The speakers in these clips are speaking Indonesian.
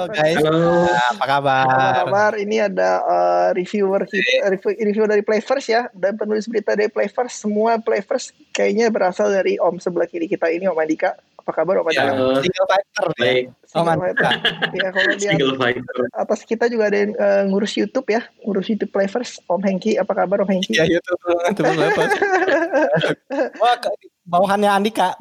Halo guys. Halo. Apa kabar? Kabar? Ini ada reviewer kita, review dari Playverse ya, dan penulis berita dari Playverse. Semua Playverse kayaknya berasal dari Om sebelah kiri kita ini, Om Andika. Apa kabar Om Andika? Single fighter Baik. Om Andika. Ya, kalau di Single fighter. atas kita juga ada yang ngurus YouTube ya, ngurus YouTube Playverse. Om Hengki, apa kabar Om Hengki? Ya YouTube Playverse. Wah, bawahannya Andika.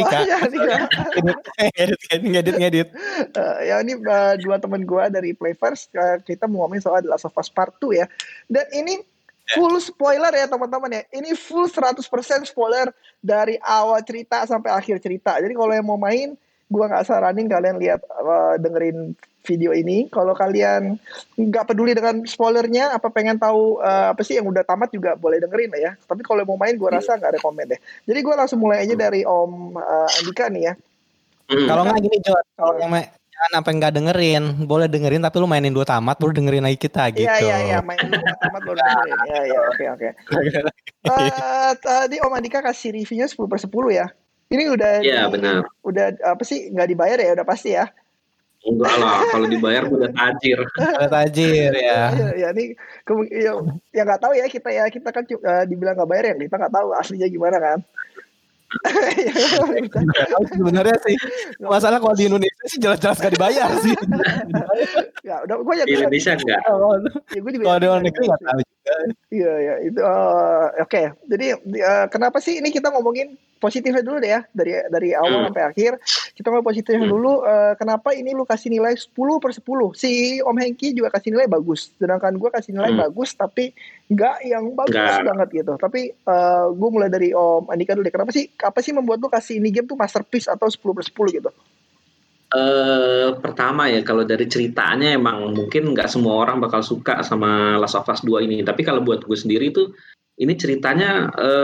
Ngedit. Ya ini dua teman gue dari Playverse, kita mau ngomongin soal The Last of Us Part 2 ya. Dan ini full spoiler ya teman-teman ya. Ini full 100% spoiler dari awal cerita sampai akhir cerita. Jadi kalau yang mau main, gue nggak saranin kalian lihat dengerin video ini. Kalau kalian nggak peduli dengan spoilernya, apa pengen tahu apa sih yang udah tamat juga boleh dengerin lah ya. Tapi kalau mau main, gue rasa nggak rekomen deh. Jadi gue langsung mulai aja dari Om Andika nih ya. Kalau nggak gini Jo, kalau yang jangan sampai nggak dengerin, boleh dengerin tapi lu mainin 2 tamat baru dengerin lagi kita gitu. Iya, mainin 2 tamat baru dengerin. Iya, oke. Tadi Om Andika kasih reviewnya 10/10 ya. Ini udah benar. Udah apa sih, nggak dibayar ya, udah pasti ya. Enggak lah, kalau dibayar udah tajir. Udah tajir ya. Ya ini ya nggak tahu ya kita kan dibilang nggak bayar ya, kita nggak tahu aslinya gimana kan. Sebenarnya sih masalah kalau di Indonesia sih jelas-jelas gak dibayar sih. Ya udah, gue Di Indonesia enggak. Kalau di luar negeri nggak tahu juga. Iya itu oke. Jadi kenapa sih ini kita ngomongin positifnya dulu deh ya, dari awal sampai akhir. Kita ngomong positifnya dulu. Kenapa ini lu kasih nilai 10/10? Si Om Hengki juga kasih nilai bagus, sedangkan gue kasih nilai bagus tapi nggak yang bagus banget gitu. Tapi gue mulai dari Om Andika dulu deh. Apa sih membuat lu kasih ini game tuh masterpiece atau 10/10 gitu? Pertama ya, kalau dari ceritanya emang mungkin nggak semua orang bakal suka sama Last of Us 2 ini. Tapi kalau buat gue sendiri tuh, ini ceritanya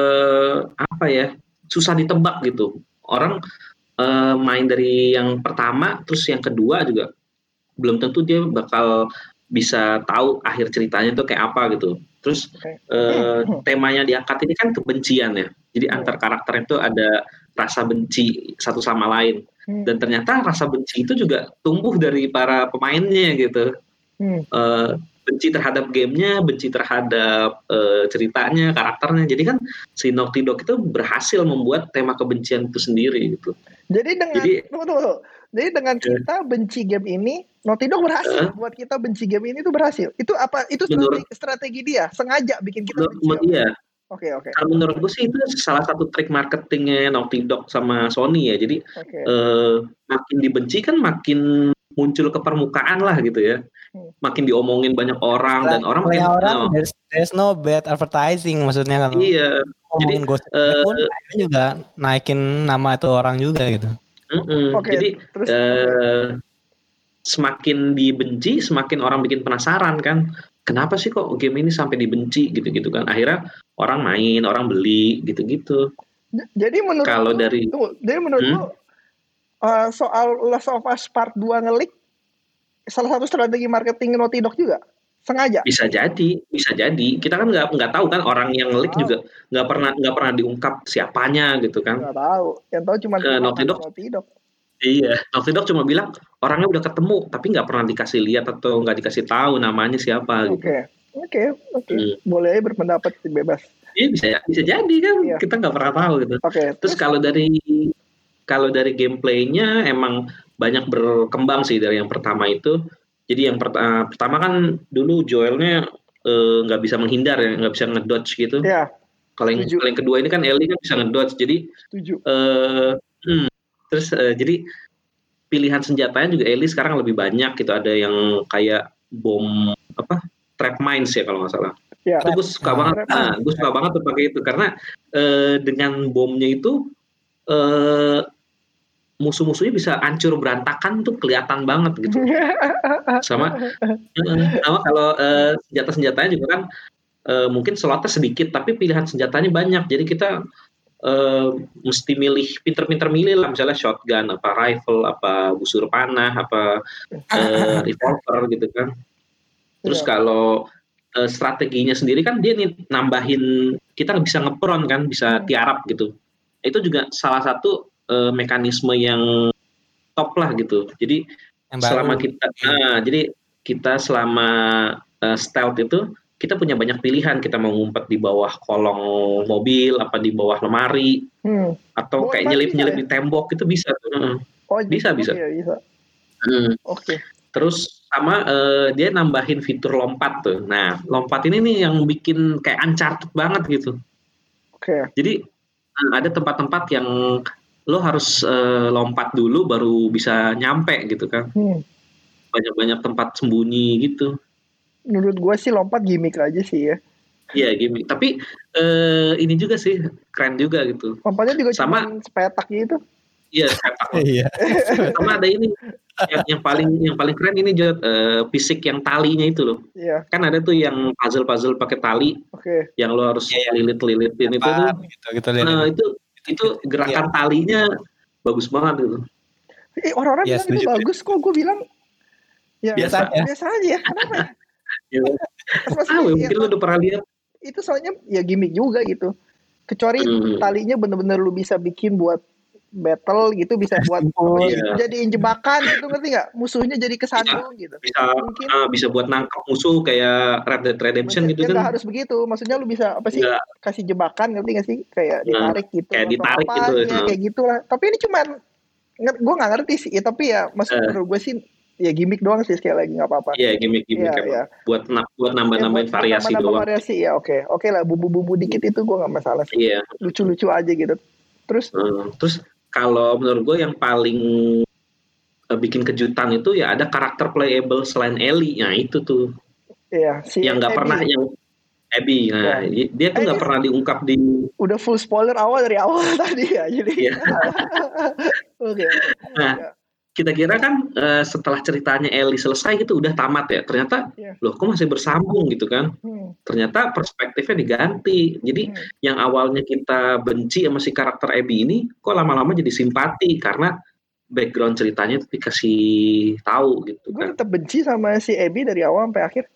susah ditebak gitu. Orang main dari yang pertama, terus yang kedua juga belum tentu dia bakal bisa tahu akhir ceritanya tuh kayak apa gitu. Terus temanya diangkat ini kan kebencian ya. Jadi antar karakter itu ada rasa benci satu sama lain. Dan ternyata rasa benci itu juga tumbuh dari para pemainnya gitu. Benci terhadap gamenya, benci terhadap ceritanya, karakternya. Jadi kan si Naughty Dog itu berhasil membuat tema kebencian itu sendiri gitu. Jadi dengan kita benci game ini, Naughty Dog berhasil buat kita benci game ini, itu berhasil. Itu apa? Itu strategi dia, sengaja bikin kita benci. Iya. Oke. Kalau menurut gue sih itu salah satu trik marketingnya Naughty Dog sama Sony ya. Jadi makin dibenci kan makin muncul ke permukaan lah gitu ya. Makin diomongin banyak orang dan orang there's no bad advertising, maksudnya kan. Iya. Jadi pun juga naikin nama itu orang juga gitu. Jadi semakin dibenci, semakin orang bikin penasaran kan. Kenapa sih kok game ini sampai dibenci gitu-gitu kan. Akhirnya orang main, orang beli gitu-gitu. Jadi menurut lu soal Last of Us Part 2 ngelik salah satu strategi marketing Naughty Dog juga? Sengaja? Bisa jadi. Kita kan nggak tahu kan, orang yang ngelik juga nggak pernah diungkap siapanya gitu kan. Nggak tahu. Yang tahu cuma Naughty Dog. Iya, Naughty Dog cuma bilang orangnya udah ketemu, tapi nggak pernah dikasih lihat atau nggak dikasih tahu namanya siapa. Oke. Boleh berpendapat bebas. Iya, bisa jadi kan, kita nggak pernah tahu gitu. Terus kalau dari gameplaynya emang banyak berkembang sih dari yang pertama itu. Jadi yang pertama kan dulu Joelnya nggak bisa menghindar ya, nggak bisa ngedodge gitu. Iya. Kalau yang kedua ini kan Ellie kan bisa ngedodge, jadi terus jadi pilihan senjatanya juga Ellie sekarang lebih banyak gitu. Ada yang kayak bom trap mines ya kalau nggak salah. Ya. Itu gue suka banget. Gue suka banget tuh pakai itu karena dengan bomnya itu musuh-musuhnya bisa hancur berantakan tuh kelihatan banget gitu. Sama kalau senjata-senjatanya juga kan mungkin slotnya sedikit tapi pilihan senjatanya banyak. Jadi kita mesti pinter-pinter milih lah, misalnya shotgun, apa rifle, apa busur panah, apa revolver gitu kan. Terus kalau strateginya sendiri kan dia nih nambahin, kita bisa ngepron kan, bisa tiarap gitu. Itu juga salah satu mekanisme yang top lah gitu. Jadi Yang selama baru. kita jadi kita selama stealth itu kita punya banyak pilihan, kita mau ngumpet di bawah kolong mobil, apa di bawah lemari, atau Bawah kayak lemari nyelip-nyelip bisa ya? di tembok itu bisa tuh. Oh Bisa. iya, bisa. Oke. Terus sama dia nambahin fitur lompat tuh. Nah, lompat ini nih yang bikin kayak Uncharted banget gitu. Oke. Jadi ada tempat-tempat yang lo harus lompat dulu baru bisa nyampe gitu kan. Banyak-banyak tempat sembunyi gitu. Menurut gue sih lompat gimmick aja sih ya. Iya gimmick. Tapi ini juga sih keren juga gitu. Lompatnya juga Sama cuma sepetak gitu. iya sepetak. Iya. Sama ada ini yang paling keren ini fisik yang talinya itu loh. Iya. Kan ada tuh yang puzzle pakai tali. Oke. Yang lo harus lilit-lilitin itu tuh. Itu gerakan talinya bagus banget gitu. Orang-orang bilang itu bagus kok, gue bilang ya biasa aja ya. Kenapa ya? Mungkin lu udah pernah lihat. Itu soalnya ya gimmick juga gitu. Kecuali talinya bener-bener lu bisa bikin buat battle gitu, bisa buat jadiin jebakan gitu, ngerti nggak? Musuhnya jadi kesandung gitu. Bisa buat nangkep musuh kayak Red Dead Redemption gitu kan. Nggak harus begitu. Maksudnya lu bisa apa sih? Kasih jebakan, ngerti nggak sih? Kayak ditarik gitu. Kayak ditarik gitu. Kayak gitulah. Tapi ini cuman gue nggak ngerti sih. Ya, tapi ya menurut gue sih ya gimmick doang sih, sekali lagi nggak apa-apa. Iya gimmick ya. Buat nambah-nambahin variasi doang. Variasi ya oke lah, bumbu-bumbu dikit itu gue nggak masalah sih. Iya. Lucu-lucu aja gitu. Terus kalau menurut gue yang paling bikin kejutan itu ya ada karakter playable selain Ellie. Nah itu tuh. Iya. Yang nggak pernah yang Abby. Nah dia tuh nggak pernah diungkap di. Udah full spoiler dari awal tadi ya jadi. Iya. Oke. Nah. Kita kira kan setelah ceritanya Ellie selesai gitu udah tamat ya. Ternyata loh kok masih bersambung gitu kan. Ternyata perspektifnya diganti. Jadi yang awalnya kita benci sama si karakter Abby ini kok lama-lama jadi simpati karena background ceritanya itu dikasih tahu gitu Gue kan. tetap benci sama si Abby dari awal sampai akhir.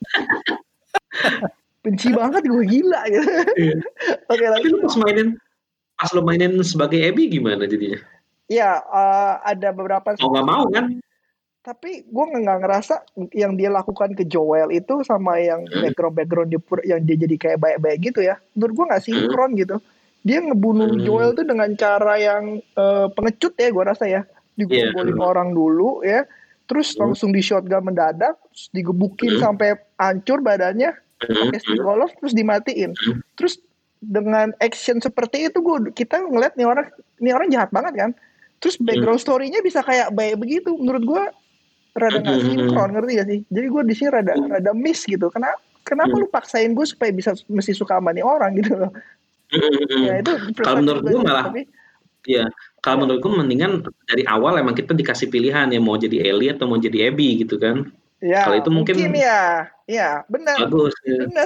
Benci banget gue, gila gitu. Oke, tapi lu pas lo mainin sebagai Abby gimana jadinya? Ya, ada beberapa. Nggak mau kan? Tapi gue nggak ngerasa yang dia lakukan ke Joel itu sama yang background yang dia jadi kayak baik-baik gitu ya. Menurut gue nggak sinkron gitu. Dia ngebunuh Joel tuh dengan cara yang pengecut ya, gue rasa ya. Digombolin orang dulu ya. Terus langsung di shotgun mendadak, terus digebukin sampai hancur badannya, pakai stick golf, terus dimatiin. Terus dengan action seperti itu kita ngeliat nih orang jahat banget kan. Terus background story-nya bisa kayak baik begitu. Menurut gue rada nggak sinkron, ngerti gak sih? Jadi gue di sini rada miss gitu. Kenapa lu paksain gue supaya mesti suka sama nih orang gitu loh? Ya itu. Kalau menurut gue malah, kalau menurut gue mendingan dari awal emang kita dikasih pilihan ya mau jadi Ellie atau mau jadi Abby gitu kan? Ya, kalau itu mungkin ya, benar. Bagus. Ya. Benar.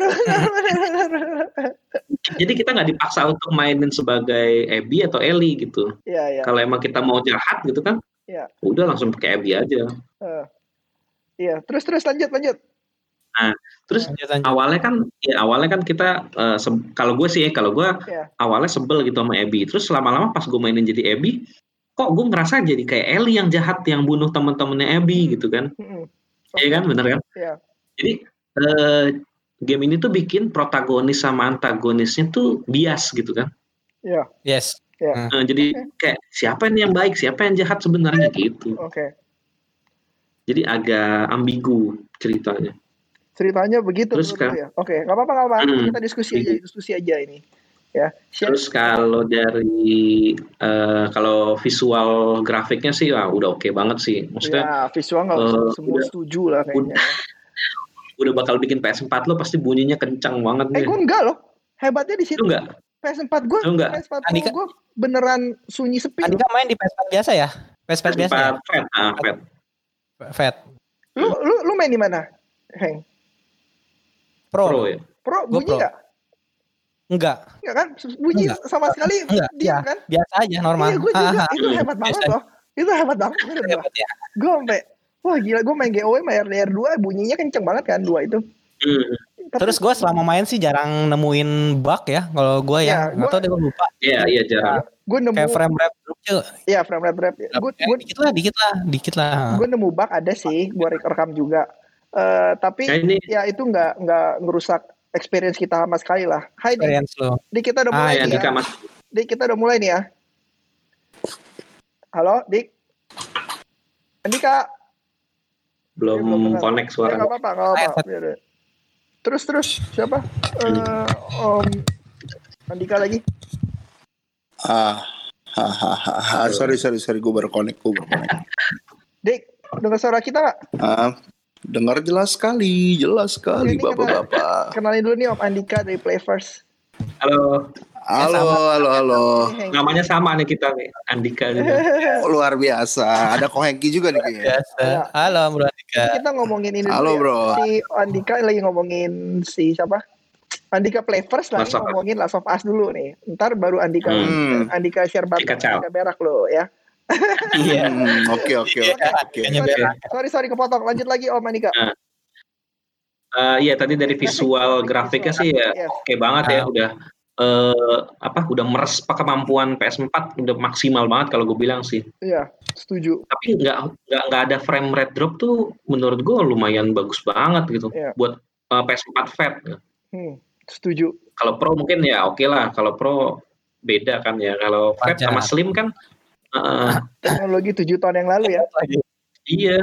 Jadi kita nggak dipaksa untuk mainin sebagai Abby atau Ellie gitu. Iya. Kalau emang kita mau jahat gitu kan, udah langsung pakai Abby aja. Iya, terus lanjut. Nah, terus awalnya kan kita kalau gue awalnya sebel gitu sama Abby. Terus lama-lama pas gue mainin jadi Abby, kok gue ngerasa jadi kayak Ellie yang jahat yang bunuh teman-temannya Abby gitu kan? Iya kan, bener kan? Iya. Jadi game ini tuh bikin protagonis sama antagonisnya tuh bias gitu kan? Iya. Yes. Jadi kayak siapa nih yang baik, siapa yang jahat sebenarnya gitu. Oke. Jadi agak ambigu ceritanya. Ceritanya begitu. Terus kan? Ya. Oke, nggak apa-apa. Kita diskusi aja ini. Ya. Terus kalau dari kalau visual grafiknya sih udah oke banget sih. Maksudnya ya, visual nggak semua setuju lah kayaknya. Udah bakal bikin PS4 lo pasti bunyinya kencang banget nih. Gue enggak loh. Hebatnya di situ. Lu enggak? PS4 gue gue beneran sunyi sepi. Andika main di PS4 biasa ya? PS4 biasa ya? Fat. Lu main di mana, Heng? Pro ya? Pro bunyi nggak? Enggak kan? Bunyi sama sekali diam kan? Biasa aja, normal. Iya, gue juga. Itu hebat banget loh. Itu hebat banget. Gue sampai, wah gila, gue main GOW main RDR 2 bunyinya kenceng banget kan 2 itu. Terus gue selama main sih jarang nemuin bug ya. Kalau gue ya, atau dia lupa. Iya jarang. Gue nemu kayak frame rate Cuk. Iya, frame rate drop. Dikit lah. Gue nemu bug ada sih, gue rekam juga. Tapi ya itu nggak ngerusak experience kita sama sekali lah. Hai Dik. Dik, kita udah mulai nih ya. Dik, kita udah mulai nih ya. Halo, Dik. Andika. Belum connect suara. Nggak apa-apa. Terus siapa? Om Andika lagi. Sorry, gue baru connect. Dik, dengar suara kita nggak? Dengar jelas sekali bapak-bapak. Kenalin dulu nih Om Andika dari Play First. Halo. Namanya sama nih kita nih, Andika juga. Luar biasa. Ada Ko Hengki juga nih kayaknya. Halo Bro Andika. Kita ngomongin ini. Halo bro. Si Andika lagi ngomongin si siapa? Andika Play First lagi ngomongin Last of Us dulu nih. Ntar baru Andika share button Andika berak lo ya. Iya. Oke. Sorry kepotong. Lanjut lagi Om Andika. Iya tadi dari visual grafiknya sih ya oke banget ya, udah meres kemampuan PS4 udah maksimal banget kalau gue bilang sih. Iya, setuju. Tapi nggak ada frame rate drop tuh menurut gue lumayan bagus banget gitu buat PS4 Fat. Setuju. Kalau Pro mungkin ya oke lah, kalau Pro beda kan ya. Kalau Fat sama Slim kan teknologi 7 tahun yang lalu ya. Iya.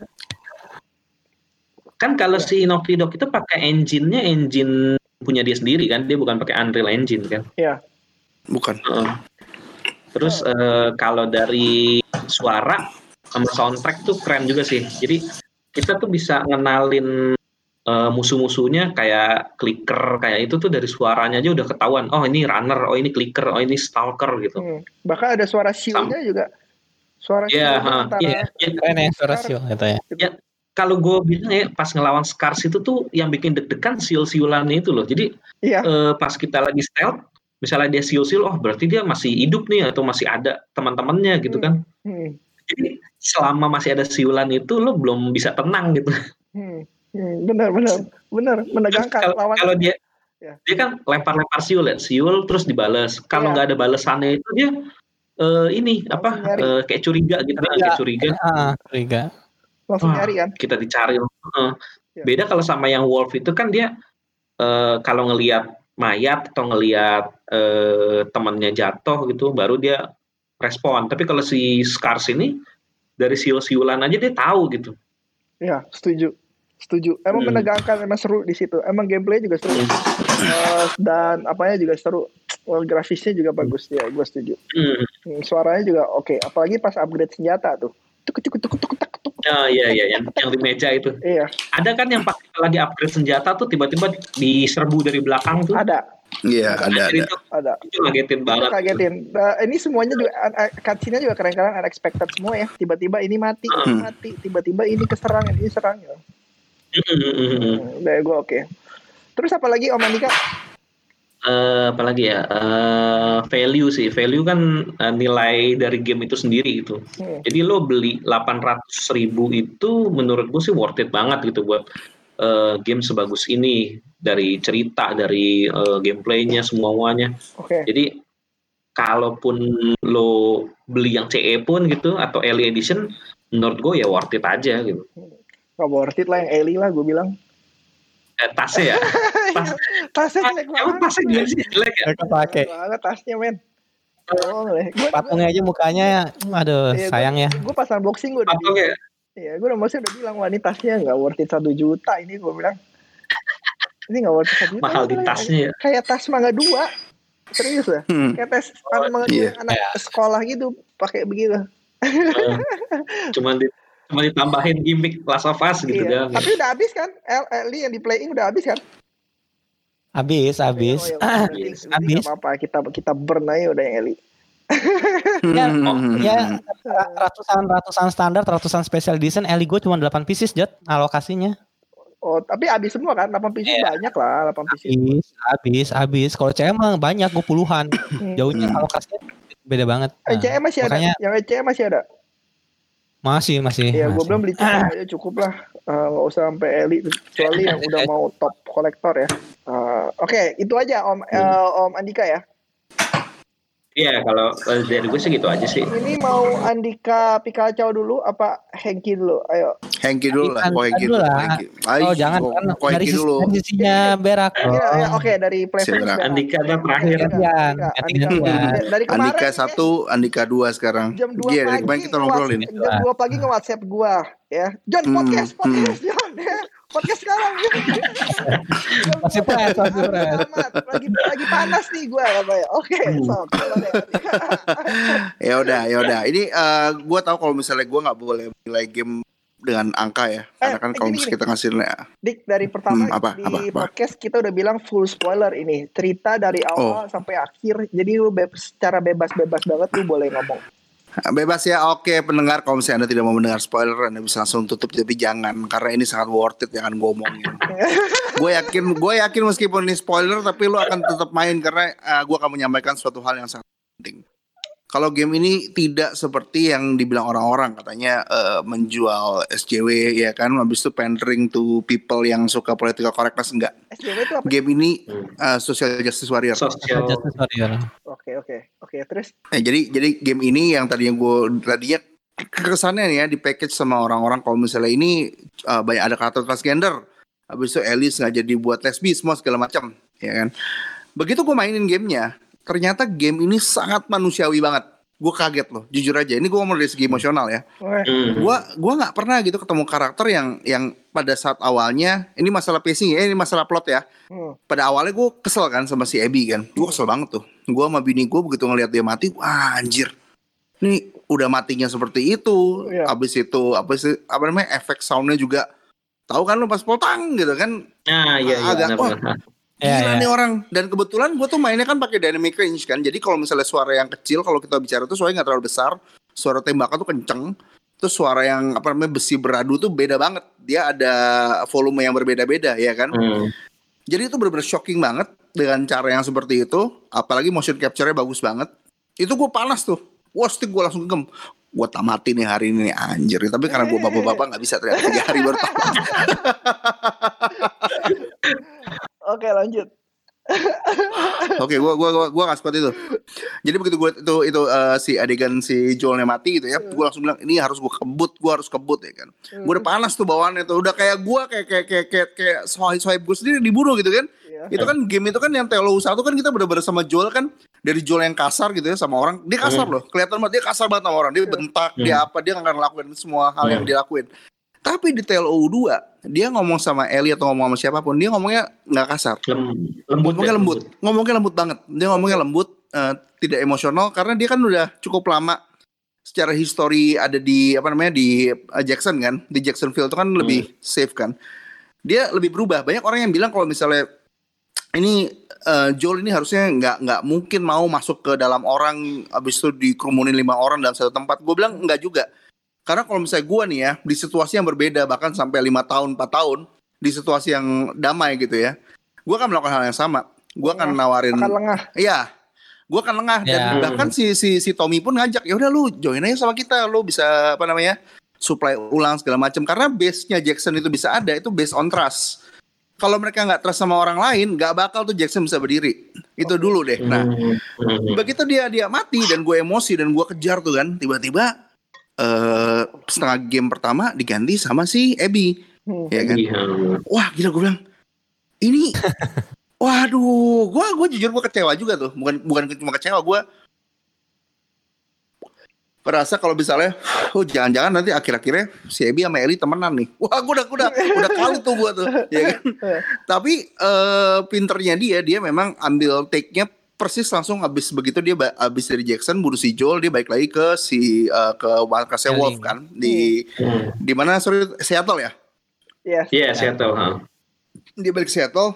Kan kalau si Naughty Dog itu pakai engine punya dia sendiri kan, dia bukan pakai Unreal Engine kan? Iya. Bukan. Terus kalau dari suara sama soundtrack tuh keren juga sih. Jadi kita tuh bisa ngenalin musuh-musuhnya kayak clicker kayak itu tuh dari suaranya aja udah ketahuan. Oh ini runner, oh ini clicker, oh ini stalker gitu. Bahkan ada suara shield-nya juga. Suara shield keren ya suara shield katanya. Ya, kalau gue bilang ya pas ngelawan Scars itu tuh yang bikin deg-degan siul-siulannya itu loh. Jadi pas kita lagi stealth, misalnya dia siul-siul, oh berarti dia masih hidup nih atau masih ada teman-temannya gitu kan. Jadi selama masih ada siulan itu lo belum bisa tenang gitu. Benar menegangkan. Kalau dia kan lempar-lempar siul terus dibales. Kalau nggak ada balasannya itu dia kayak curiga gitu kan, kayak curiga. Langsung nyari kan? Kita dicari. Beda kalau sama yang Wolf itu kan dia kalau ngelihat mayat atau ngelihat temannya jatuh gitu baru dia respon. Tapi kalau si Scars ini dari siul-siulan aja dia tahu gitu. Iya, setuju. Emang menegangkan, emang seru di situ. Emang gameplay juga seru. Dan apanya juga seru. Grafisnya juga bagus ya, gue setuju. Suaranya juga oke. Apalagi pas upgrade senjata tuh. Tuk. Iya, yang di meja itu. Iya. Ada kan yang pas kita lagi upgrade senjata tuh tiba-tiba diserbu dari belakang tuh. Ada. Iya, ada. Itu ngagetin banget. Ini semuanya juga cutscene-nya juga keren-keren, unexpected semua ya. Tiba-tiba ini mati, tiba-tiba ini keserang, ini serang ya. Dari gue oke. Terus apa lagi Om Andika? Apalagi ya value sih, kan nilai dari game itu sendiri gitu. Jadi lo beli 800.000 itu menurut gue sih worth it banget gitu buat game sebagus ini, dari cerita, dari gameplaynya semuanya. Jadi kalaupun lo beli yang CE pun gitu atau early edition, menurut gue ya worth it aja gitu. Gak worth it lah yang early lah gue bilang. Tasnya ya. Tasnya jelek banget. Emang tasnya juga sih jelek ya? Gak kepake. Banget tasnya men. Patungnya aja mukanya, aduh sayang ya. Gue pas unboxing gue udah bilang. Iya, gue udah bilang, wah ini tasnya gak worth it 1 juta ini gue bilang. Ini gak worth it 1 juta. Mahal di tasnya ya. Kayak tas Mangga 2. Serius lah. Kayak tas Mangga 2 anak sekolah gitu pakai begitu. Cuma ditambahin gimmick Last of Us gitu kan. Tapi udah habis kan? Ellie yang di playing udah habis kan? Habis. Habis. Apa-apa kita burn aja udah yang Ellie. Ya ratusan standar, ratusan special edition. Ellie gue cuma 8 pieces Jot alokasinya. Oh, tapi habis semua kan? 8 pieces banyak lah, 8 pieces. Habis. Kalau CM emang banyak, gue puluhan. Jauhnya alokasinya beda banget. ECM masih ada. Yang ECM masih ada. Masih. Ya gue belum beli CM aja cukup lah. Nggak usah sampai Elite, kecuali yang udah mau top kolektor ya. Oke, itu aja Om Andika ya. Iya, kalau dari gue sih gitu aja sih. Ini mau Andika Pikacau dulu apa Hengki dulu? Ayo. Hengki dulu lah, Andika Hengki dulu dulu. lah. Hengki. Oh jangan kan dari Hengki dulu. sisinya Berak. Ya, oke dari Playfest. Siap, Andika ada terakhir. Dari kemarin Andika nih, 1, Andika 2 sekarang. jam 2 Iya, dari pagi kemarin kita ngobrolin. Jam 2 pagi nge-WhatsApp gua ya. John podcast John ya. Podcast sekarang ya. Masih fresh. Lagi panas nih gua katanya. Oke, sok. Ya udah. Ini gua tahu kalau misalnya gua nggak boleh nilai game dengan angka ya. Karena kan kalau misalnya kita ngasih Dik, dari pertama apa? podcast kita udah bilang full spoiler ini. Cerita dari awal sampai akhir. Jadi lu secara bebas-bebas banget lu boleh ngomong. Bebas ya, oke pendengar, kalau misalnya Anda tidak mau mendengar spoiler, Anda bisa langsung tutup, tapi jangan, karena ini sangat worth it yang akan gue omongin. Gue yakin meskipun ini spoiler, tapi lu akan tetap main karena gue akan menyampaikan suatu hal yang sangat penting. Kalau game ini tidak seperti yang dibilang orang-orang, katanya menjual SJW ya kan, habis itu pandering to people yang suka political correctness, enggak. SJW itu apa? Game ini social justice warrior. Social justice warrior. Oke, terus? Jadi game ini yang tadinya kesannya nih ya di package sama orang-orang kalau misalnya ini banyak ada karakter transgender, habis itu Alice nggak jadi buat lesbi semua segala macam, ya kan. Begitu gue mainin gamenya, ternyata game ini sangat manusiawi banget. Gue kaget loh, jujur aja. Ini gue ngomong dari segi emosional ya. Gue nggak pernah gitu ketemu karakter yang pada saat awalnya ini masalah pacing ya, ini masalah plot ya. Pada awalnya gue kesel kan sama si Abby kan. Gue kesel banget tuh. Gue sama bini gue begitu ngelihat dia mati, wah anjir. Ini udah matinya seperti itu. Abis itu apa namanya efek soundnya juga. Tahu kan lu pas potang gitu kan? Agak gila nih orang. Dan kebetulan gue tuh mainnya kan pakai dynamic range kan. Jadi kalau misalnya suara yang kecil, kalau kita bicara tuh suaranya nggak terlalu besar, suara tembakan tuh kenceng. Terus suara yang besi beradu tuh beda banget. Dia ada volume yang berbeda-beda ya kan. Jadi itu benar-benar shocking banget dengan cara yang seperti itu. Apalagi motion capture-nya bagus banget. Itu gue panas tuh. Wah, stick gue langsung gem. Gue tamatin nih hari ini nih anjir. Tapi karena gue bapak-bapak gak bisa ternyata 3 hari baru tamat. Oke, lanjut. Oke, gue gak suka itu. Jadi begitu gue itu si adegan si Joelnya mati gitu ya, gue langsung bilang ini harus gue harus kebut ya kan. Gue udah panas tuh bawaannya tuh, udah kayak gue kayak swipe gue sendiri dibunuh gitu kan. Itu kan game itu kan yang Telo 1 kan kita bener-bener sama Joel kan, dari Joel yang kasar gitu ya sama orang, dia kasar loh, kelihatan banget dia kasar banget sama orang, dia bentak, dia apa, dia gak akan ngelakuin semua hal yang dia lakuin. Tapi di TLOU 2 dia ngomong sama Ellie atau ngomong sama siapapun, dia ngomongnya nggak kasar, ngomongnya lembut banget. Dia ngomongnya lembut, tidak emosional karena dia kan udah cukup lama secara history ada di di Jackson kan, di Jacksonville itu kan lebih safe kan. Dia lebih berubah. Banyak orang yang bilang kalau misalnya ini Joel ini harusnya nggak mungkin mau masuk ke dalam orang, abis itu dikerumunin 5 orang dalam satu tempat. Gue bilang nggak juga. Karena kalau misalnya gue nih ya, di situasi yang berbeda, bahkan sampai 5 tahun, 4 tahun, di situasi yang damai gitu ya, gue akan melakukan hal yang sama. Gue akan nawarin, iya, gue akan lengah. Dan bahkan si Tommy pun ngajak, ya udah lu join aja sama kita, lu bisa supply ulang segala macam. Karena base-nya Jackson itu bisa ada, itu based on trust. Kalau mereka nggak trust sama orang lain, nggak bakal tuh Jackson bisa berdiri. Itu dulu deh. Nah, begitu dia mati dan gue emosi dan gue kejar tuh kan, tiba-tiba setengah game pertama diganti sama si Abby, ya kan? Wah gila, gue bilang ini, waduh, gue jujur gue kecewa juga tuh, bukan cuma kecewa, gue merasa kalau misalnya, jangan-jangan nanti akhir-akhirnya si Abby sama Ellie temenan nih. Wah, gue udah kali tuh gue tuh, ya kan? Tapi pinternya dia memang ambil take-nya persis langsung abis begitu dia abis dari Jackson bunuh si Joel, dia balik lagi ke ke markasnya Wolf kan di mana Seattle ya? Iya, Seattle. Dia balik ke Seattle.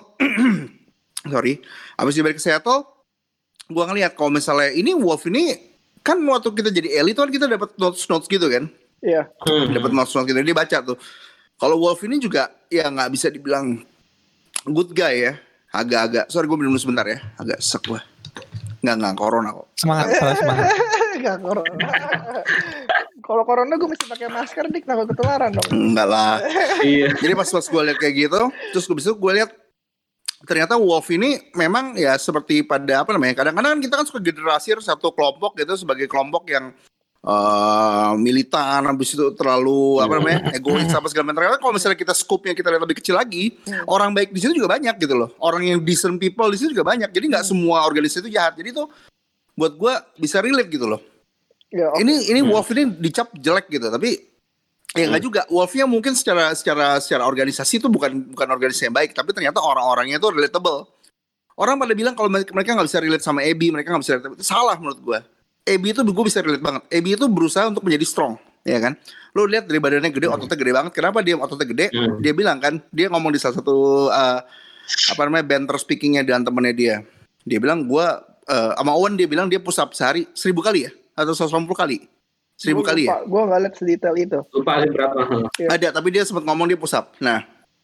Abis dia balik ke Seattle, gua ngeliat kalau misalnya ini Wolf ini kan waktu kita jadi Ellie tuh kan kita dapat notes gitu kan? Iya. Dapat notes gitu, dia baca tuh. Kalau Wolf ini juga ya nggak bisa dibilang good guy ya, agak-agak. Sorry gue minum sebentar ya, agak sek gue. Nggak corona kok. Semangat. Nggak corona. Kalau corona gue mesti pakai masker dik, takut ketularan dong. Enggak lah. Iya. Jadi pas gue lihat kayak gitu, terus gue lihat ternyata Wolf ini memang ya seperti pada apa namanya, kadang-kadang kan kita kan suka generasi satu kelompok gitu sebagai kelompok yang militan, habis itu terlalu apa namanya egois apa segala macam. Ternyata kalau misalnya kita scope-nya kita lihat lebih kecil lagi, orang baik di situ juga banyak gitu loh, orang yang decent people di situ juga banyak. Jadi nggak semua organisasi itu jahat. Jadi itu buat gue bisa relate gitu loh. Ya, Ini Wolf ini dicap jelek gitu, tapi ya nggak juga. Wolfnya mungkin secara organisasi itu bukan organisasi yang baik, tapi ternyata orang-orangnya itu relatable. Orang pada bilang kalau mereka nggak bisa relate sama Abby, mereka nggak bisa relate. Itu salah menurut gue. Abby itu gue bisa relate banget. Abby itu berusaha untuk menjadi strong, ya kan? Lo lihat dari badannya gede, ototnya gede banget. Kenapa dia ototnya gede? Dia bilang kan, dia ngomong di salah satu banter speakingnya dengan temennya dia. Dia bilang gue sama Owen, dia bilang dia push up sehari 1000 kali ya, atau 180 kali. 1000 kali ya? Gue nggak lihat sedetail itu. Lupa berapa. Iya. Ada, tapi dia sempat ngomong dia push up. Nah,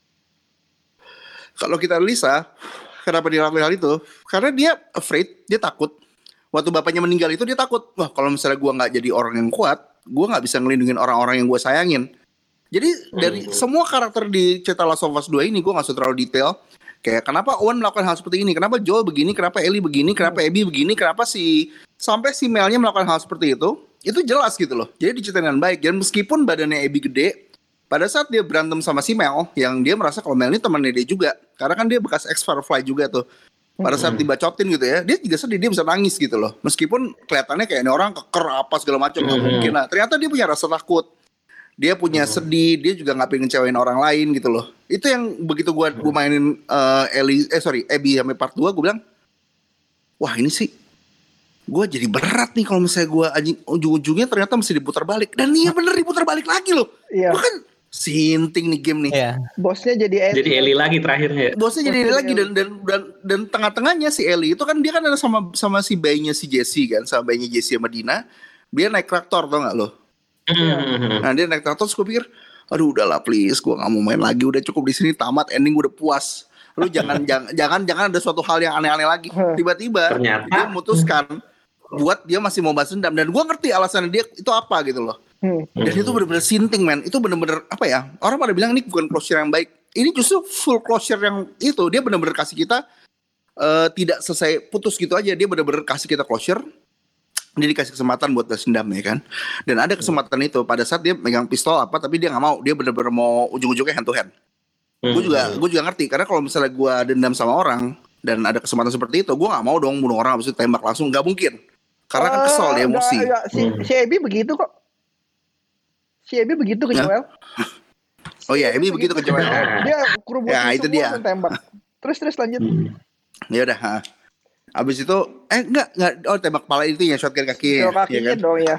kalau kita Lisa, kenapa dia lakukan hal itu? Karena dia afraid, dia takut. Waktu bapaknya meninggal itu dia takut. Wah, kalau misalnya gue nggak jadi orang yang kuat, gue nggak bisa ngelindungin orang-orang yang gue sayangin. Jadi dari semua karakter di cerita Last of Us 2 ini, gue nggak usah terlalu detail. Kayak kenapa Owen melakukan hal seperti ini, kenapa Joel begini, kenapa Ellie begini, kenapa Abby begini, kenapa sampai si Melnya melakukan hal seperti itu jelas gitu loh. Jadi diceritain dengan baik. Dan meskipun badannya Abby gede, pada saat dia berantem sama si Mel, yang dia merasa kalau Mel ini temannya dia juga, karena kan dia bekas ex-Firefly juga tuh. Pada saat dibacotin gitu ya, dia juga sedih, dia bisa nangis gitu loh. Meskipun kelihatannya kayak ini orang keker apa segala macam, nggak mungkin lah. Ternyata dia punya rasa takut, dia punya sedih, dia juga nggak pengen ngecewain orang lain gitu loh. Itu yang begitu gue mainin Abby sampai part 2, gue bilang, wah ini sih, gue jadi berat nih kalau misalnya gue ujung-ujungnya ternyata mesti diputar balik. Dan iya bener diputar balik lagi loh. Iya. Gue kan sinting nih game nih. Iya. Bosnya jadi Ellie lagi terakhirnya. Bosnya jadi Ellie lagi dan tengah-tengahnya si Ellie itu kan dia kan ada sama si bayinya si Jesse kan, sama bayinya Jesse sama Dina. Dia naik traktor, tau gak lo? Nah dia naik traktor, terus gue pikir, aduh udahlah please, gue gak mau main lagi, udah cukup di sini, tamat, ending gue udah puas. Lu jangan ada suatu hal yang aneh-aneh lagi. Tiba-tiba ternyata dia memutuskan buat dia masih mau balas dendam, dan gue ngerti alasannya dia itu apa gitu loh. Dan itu bener-bener sinting man. Itu bener-bener apa ya, orang pada bilang ini bukan closure yang baik. Ini justru full closure yang itu. Dia bener-bener kasih kita tidak selesai putus gitu aja. Dia bener-bener kasih kita closure. Dia dikasih kesempatan buat balas dendam ya kan. Dan ada kesempatan itu pada saat dia megang pistol apa, tapi dia gak mau. Dia bener-bener mau ujung-ujungnya hand to hand. Gue juga ngerti. Karena kalau misalnya gue dendam sama orang dan ada kesempatan seperti itu, gue gak mau dong bunuh orang habis itu tembak langsung. Gak mungkin. Karena kan kesel dia emosi. Si Abby begitu kok. Si Abby begitu ke Joel. Oh iya, Abby begitu ke Joel. Dia kerubutin ya, itu semua dia. dan tembak. Terus lanjut. Ya udah. Abis itu enggak tembak kepala itu ya, shotgun kaki. Kakinya kan? dong ya.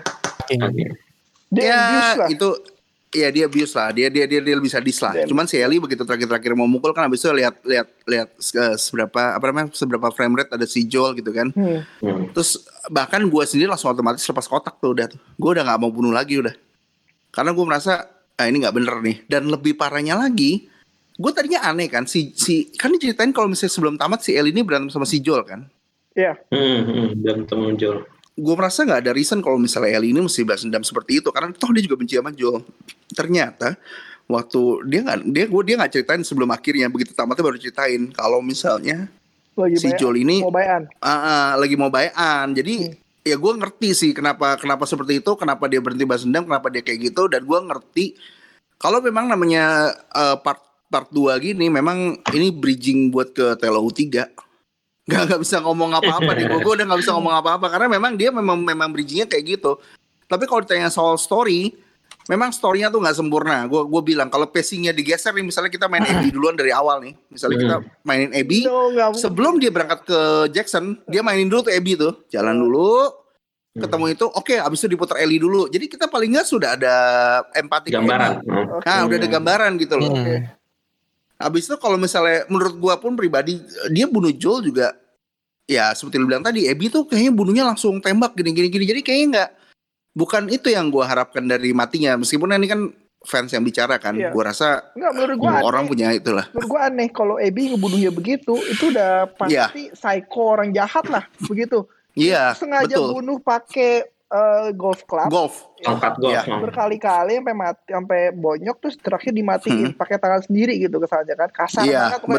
Dia abuse lah. Itu ya dia abuse lah. Dia lebih sadis lah. Cuman si Ellie begitu terakhir mau mukul kan, abis itu lihat seberapa frame rate ada si Joel gitu kan. Terus bahkan gue sendiri langsung otomatis lepas kotak tuh udah. Gue udah nggak mau bunuh lagi udah. Karena gue merasa ini nggak bener nih. Dan lebih parahnya lagi, gue tadinya aneh kan si kan diceritain kalau misalnya sebelum tamat si Ellie ini berantem sama si Joel kan. Iya. Berantem sama Joel. Gue merasa nggak ada reason kalau misalnya Ellie ini mesti balas dendam seperti itu, karena toh dia juga benci sama Joel. Ternyata waktu dia nggak ceritain sebelum akhirnya, begitu tamatnya baru ceritain kalau misalnya si Joel ini lagi mau bayan. Jadi ya gue ngerti sih kenapa seperti itu, kenapa dia berhenti balas dendam, kenapa dia kayak gitu. Dan gue ngerti kalau memang namanya part 2 gini, memang ini bridging buat ke TLOU 3. Gak bisa ngomong apa-apa nih. Gue udah gak bisa ngomong apa-apa karena memang dia memang bridgingnya kayak gitu. Tapi kalau ditanya soal story, memang storynya tuh gak sempurna. Gue bilang kalau pacingnya digeser nih, misalnya kita main Abby duluan dari awal nih. Misalnya kita mainin Abby, sebelum dia berangkat ke Jackson, dia mainin dulu tuh Abby tuh. Jalan dulu, ketemu itu, oke, abis itu diputar Ellie dulu. Jadi kita paling gak sudah ada empati. Gambaran. Nah, udah ada gambaran gitu loh. Abis itu kalau misalnya menurut gue pun pribadi, dia bunuh Joel juga, ya seperti lu bilang tadi, Abby tuh kayaknya bunuhnya langsung tembak gini. Jadi kayaknya bukan itu yang gue harapkan dari matinya. Meskipun ini kan fans yang bicara kan, gue rasa menurut gua orang punya itulah. Menurut gue aneh kalau Abby ngebunuhnya begitu, itu udah pasti psycho, orang jahat lah begitu. Iya, sengaja betul. Bunuh pakai golf club. Tongkat golf. Berkali-kali sampai mati, sampai bonyok, terus terakhir dimatiin pakai tangan sendiri gitu kesannya kan. Kasar banget. Betul.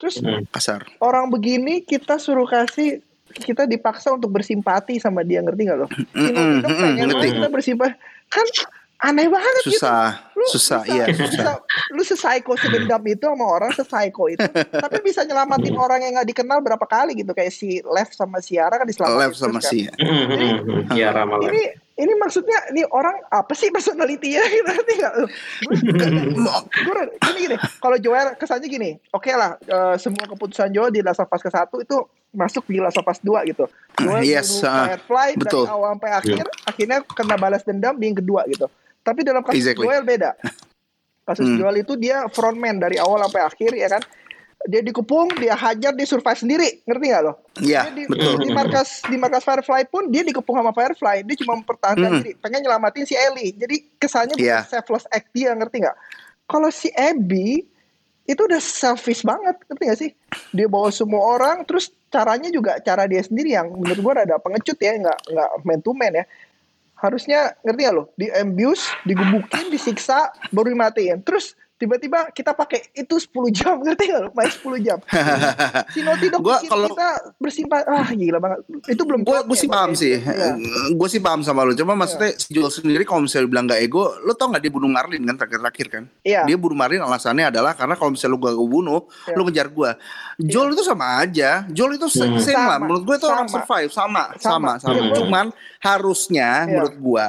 Terus Kasar. orang begini kita suruh kita dipaksa untuk bersimpati sama dia, ngerti nggak lo? Si Naughty Dog pengen ngerti. kita bersimpati, kan aneh banget Susah, gitu. susah, iya susah. Lu se-psycho sedendam itu sama orang se-psycho itu, tapi bisa nyelamatin orang yang nggak dikenal berapa kali gitu, kayak si Lev sama Ciara kan diselamatin. Lev sama terus, kan. si. Ciara malah. Ini maksudnya nih orang apa sih personality-nya gitu, ngerti nggak lu? Gini, kalau Joel kesannya gini, oke lah, semua keputusan Joel di Last of Us ke-1 itu masuk di Last of Us 2 gitu. Joel Yes, bunuh Firefly betul. dari awal sampai akhir, akhirnya kena balas dendam di yang kedua gitu. Tapi dalam kasus Exactly. Joel beda. Kasus Joel itu dia frontman dari awal sampai akhir ya kan. Dia dikepung, dia hajar, dia survive sendiri, ngerti nggak lo? Iya, betul. Di markas Firefly pun dia dikepung sama Firefly, dia cuma mempertahankan diri, pengen nyelamatin si Ellie. Jadi kesannya bukan selfless act dia, ngerti nggak? Kalau si Abby itu udah selfish banget, ngerti nggak sih? Dia bawa semua orang, terus caranya juga cara dia sendiri yang menurut gue ada pengecut ya, nggak man to man ya. Harusnya ngerti gak lo? Di abuse, digebukin, disiksa, baru dimatiin. Terus tiba-tiba kita pakai itu 10 jam, ngerti gak lo? Main 10 jam. Si Naughty Dog kita bersimpati, gila banget. Itu belum. Gue sih paham sih. Gue sih paham sama lo. Cuma maksudnya si Joel sendiri kalau misalnya bilang gak ego, lo tau gak dia bunuh Marlin kan terakhir-terakhir kan? Iya. Dia bunuh Marlin alasannya adalah karena kalau misalnya lo gak bunuh, lo ngejar gue. Joel itu sama aja. Joel itu same lah. Menurut gue itu orang survive sama. Cuman harusnya menurut gue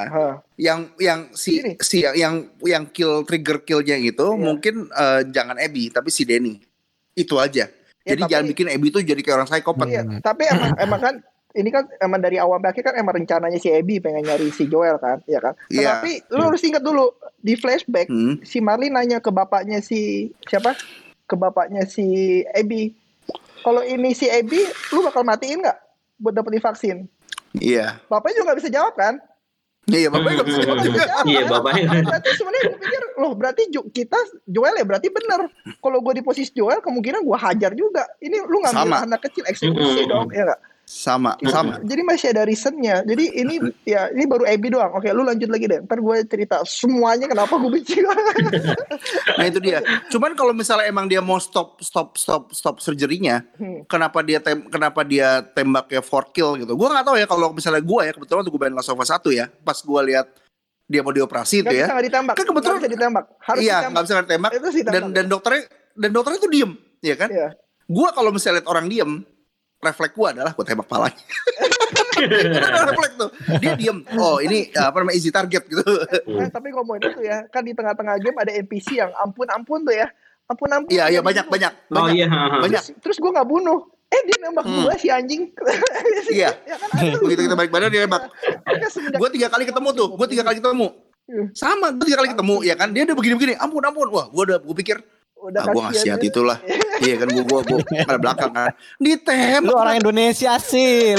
yang trigger killnya itu mungkin jangan Abby tapi si Danny. Itu aja. Jadi jangan bikin Abby itu jadi kayak orang psikopat. Iya, tapi emang kan ini kan emang dari awal sampai akhir kan emang rencananya si Abby pengen nyari si Joel kan, ya kan. Tapi lu harus ingat dulu di flashback si Marlin nanya ke bapaknya si siapa? Ke bapaknya si Abby. Kalau ini si Abby, lu bakal matiin nggak buat dapetin vaksin? Iya. Bapaknya juga nggak bisa jawab kan? Iya, bapaknya nggak bisa jawab juga. Iya, bapaknya. Berarti sebenarnya gue pikir, berarti kita Joel ya berarti bener. Kalau gue di posisi Joel, kemungkinan gue hajar juga. Ini lu ngambil anak kecil eksekusi dong, ya nggak? Sama. Jadi masih ada reasonnya. Jadi ini baru Abby doang. Oke, lu lanjut lagi deh. Ntar gue cerita semuanya kenapa gue benci. Nah itu dia. Cuman kalau misalnya emang dia mau stop surgery-nya, kenapa dia tembaknya 4 kill gitu? Gue nggak tahu ya kalau misalnya gue ya kebetulan gue main Last of Us 1 ya, pas gue lihat dia mau dioperasi itu ya. Nggak ditembak. Kan kebetulan bisa ditembak. Harus iya, nggak bisa ditembak. Dan dokternya tuh diem, ya kan? Iya. Gue kalau misalnya lihat orang diem, refleks gue adalah gue tembak palanya. Karena refleks tuh. Dia diem. Oh ini easy target gitu. Tapi ngomongin itu ya, kan di tengah-tengah game ada NPC yang ampun-ampun tuh ya. Ampun-ampun. Iya banyak. Oh iya. Terus gue nggak bunuh. Dia nembak gue si anjing. Iya. Ya kan, begitu kita balik badan dia nembak. Gue 3 kali ketemu tuh. Sama, gue 3 kali ketemu ya kan. Dia udah begini-begini. Ampun. Wah, gue pikir gue ngasih hati itulah. Iya kan gue pada belakang kan. Ditembak. Lu orang Indonesia sih.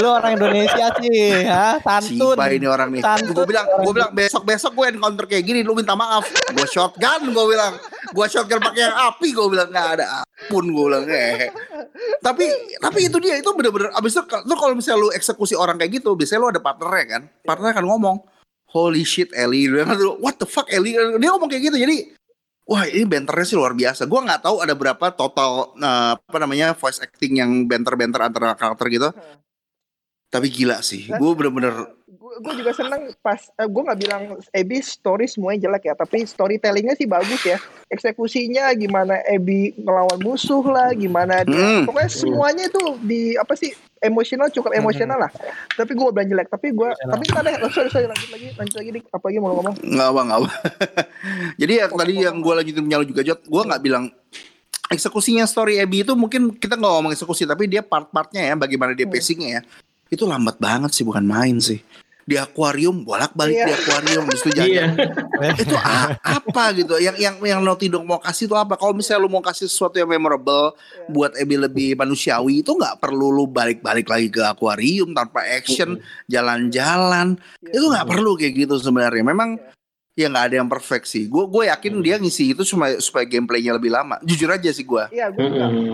Ha, santun. Siapa ini orang nih? Gue bilang besok gue encounter kayak gini lu minta maaf. Gue shotgun gue bilang. Gue shotgun pakai yang api gue bilang enggak ada ampun gue bilang Tapi itu dia itu bener-bener abis itu kalau misalnya lu eksekusi orang kayak gitu, biasanya lu ada partnernya kan. Partnernya kan ngomong, "Holy shit Ellie." What the fuck Ellie? Dia ngomong kayak gitu. Jadi wah ini banternya sih luar biasa. Gue nggak tahu ada berapa total voice acting yang banter antara karakter gitu. Tapi gila sih. Gue bener-bener. Gue juga seneng pas. Gue nggak bilang Abby story semuanya jelek ya. Tapi storytellingnya sih bagus ya. Eksekusinya gimana Abby ngelawan musuh lah. Gimana dia. Pokoknya semuanya itu emosional cukup emosional lah. Tapi gue bilang jelek. Tapi ntar deh. Sorry lanjut lagi dik. Apa lagi mau ngomong? Nggak apa. Jadi ya tadi yang gue lanjutin menyala juga Jot. Gue nggak bilang eksekusinya story Abby itu mungkin kita nggak ngomong eksekusi, tapi dia part-partnya ya, bagaimana dia pacingnya ya. Itu lambat banget sih, bukan main sih. Di akuarium bolak-balik di akuarium itu jalan. Itu apa gitu? Yang Naughty Dog mau kasih itu apa? Kalau misalnya lu mau kasih sesuatu yang memorable buat Abby lebih manusiawi, itu nggak perlu lu balik-balik lagi ke akuarium tanpa action, jalan-jalan. Itu nggak perlu kayak gitu sebenarnya. Memang ya nggak ada yang perfect sih. Gue yakin dia ngisi itu supaya gameplaynya lebih lama. Jujur aja sih gue. Iya, gue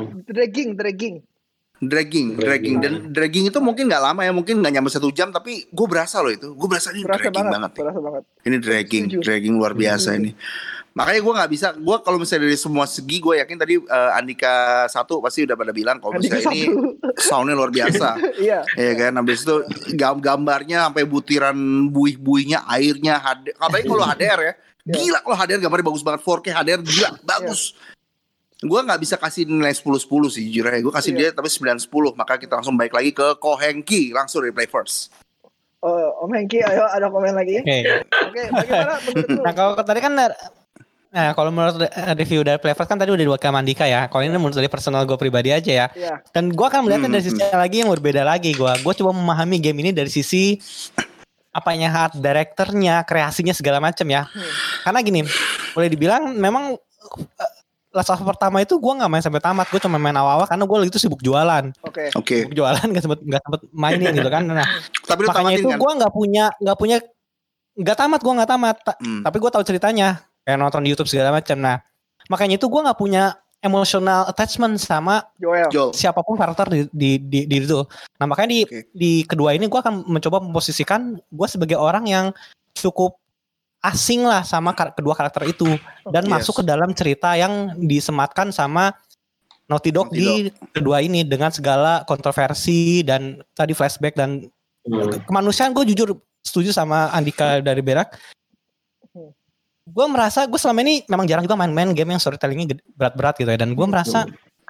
dragging dan dragging itu mungkin nggak lama ya, mungkin nggak nyampe 1 jam, tapi gue berasa loh itu, gue berasa ini dragging banget. Berasa banget. Ini dragging luar biasa ini. Makanya gue nggak bisa, gue kalau misalnya dari semua segi gue yakin tadi Andika satu pasti udah pada bilang kalau misalnya ini soundnya luar biasa. Iya. Ya kan, habis itu gambarnya sampai butiran buih-buihnya, airnya, apalagi kalau HDR ya, gila kalau HDR gambarnya bagus banget, 4K HDR gila, bagus. Gue nggak bisa kasih nilai 10-10 sih jujur aja, gue kasih dia tapi 9-10, maka kita langsung balik lagi ke Ko Hengki, langsung replay first. Om Hengki, ayo ada komen lagi. Oke, bagaimana menurut lu? Nah kalau tadi kan kalau menurut review dari Playfirst kan tadi udah diwakilkan Andika ya. Kalau ini menurut dari personal gue pribadi aja ya. Iya. Dan gue akan melihatnya dari sisi lagi yang berbeda lagi. Gue coba memahami game ini dari sisi apanya, art directornya, kreasinya segala macam ya. Karena gini, boleh dibilang memang Last of Us pertama itu gue nggak main sampai tamat. Gue cuma main awal-awal karena gue lagi itu sibuk jualan. Oke. Sibuk jualan nggak sempet mainin gitu kan. Nah, Tapi makanya itu gue nggak tamat. Tapi gue tahu ceritanya. Kayak nonton di YouTube segala macam. Nah, makanya itu gue nggak punya emotional attachment sama Joel. siapapun karakter di itu. Nah, makanya di kedua ini gue akan mencoba memposisikan gue sebagai orang yang cukup asing lah sama kedua karakter itu dan masuk ke dalam cerita yang disematkan sama Naughty Dog di kedua ini dengan segala kontroversi dan tadi flashback dan kemanusiaan. Gue jujur setuju sama Andika dari Berak. Gue merasa gue selama ini memang jarang juga main-main game yang storytellingnya berat-berat gitu ya, dan gue merasa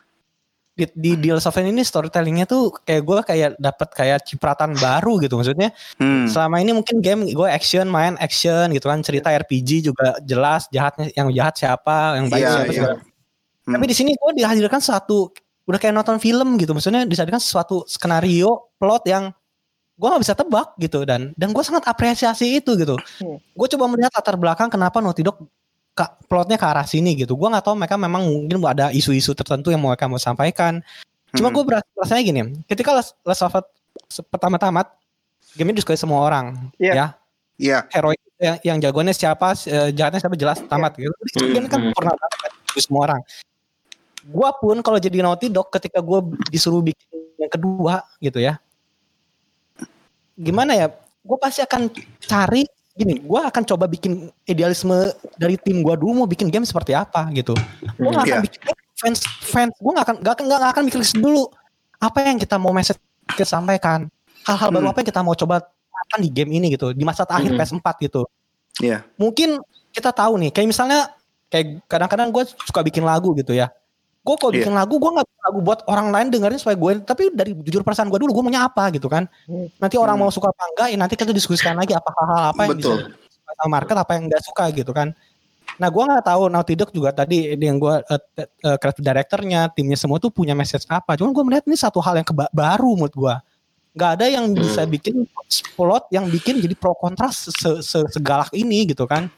di Last of Us ini storytellingnya tuh kayak dapat kayak cipratan baru gitu. Maksudnya selama ini mungkin game gue main action gitu kan, cerita RPG juga jelas yang jahat siapa, yang baik siapa. Tapi di sini gue dihadirkan udah kayak nonton film gitu. Maksudnya dihadirkan sesuatu skenario plot yang gue nggak bisa tebak gitu, dan gue sangat apresiasi itu gitu. Gue coba melihat latar belakang kenapa Naughty Dog plotnya ke arah sini gitu. Gue nggak tahu mereka memang mungkin ada isu-isu tertentu yang mereka mau sampaikan. Cuma gue rasanya gini, ketika Last of Us pertama tamat, game ini disukai semua orang, ya. Hero yang jagoannya siapa, jahatnya siapa jelas tamat gitu. Game kan pernah banget semua orang. Gue pun kalau jadi Naughty Dog ketika gue disuruh bikin yang kedua gitu ya, gimana ya, gue pasti akan cari gini, gue akan coba bikin idealisme dari tim gue dulu, mau bikin game seperti apa gitu. Gue gak akan bikin fans gue gak akan mikir dulu apa yang kita mau message sampaikan, hal-hal baru apa yang kita mau coba akan di game ini gitu, di masa akhir PS4 gitu. Mungkin kita tahu nih, kayak misalnya kayak kadang-kadang gue suka bikin lagu gitu ya. Gue kalau bikin lagu, gue gak bikin lagu buat orang lain dengerin supaya gue, tapi dari jujur perasaan gue dulu, gue maunya apa gitu kan. Nanti orang mau suka apa enggak, ya nanti kita diskusikan lagi hal-hal apa yang bisa sama market, apa yang gak suka gitu kan. Nah gue gak tahu Naughty Dog juga tadi yang gue creative directornya, timnya semua tuh punya message apa. Cuman gue melihat ini satu hal yang baru menurut gue. Gak ada yang bisa bikin plot yang bikin jadi pro kontra segalak ini gitu kan.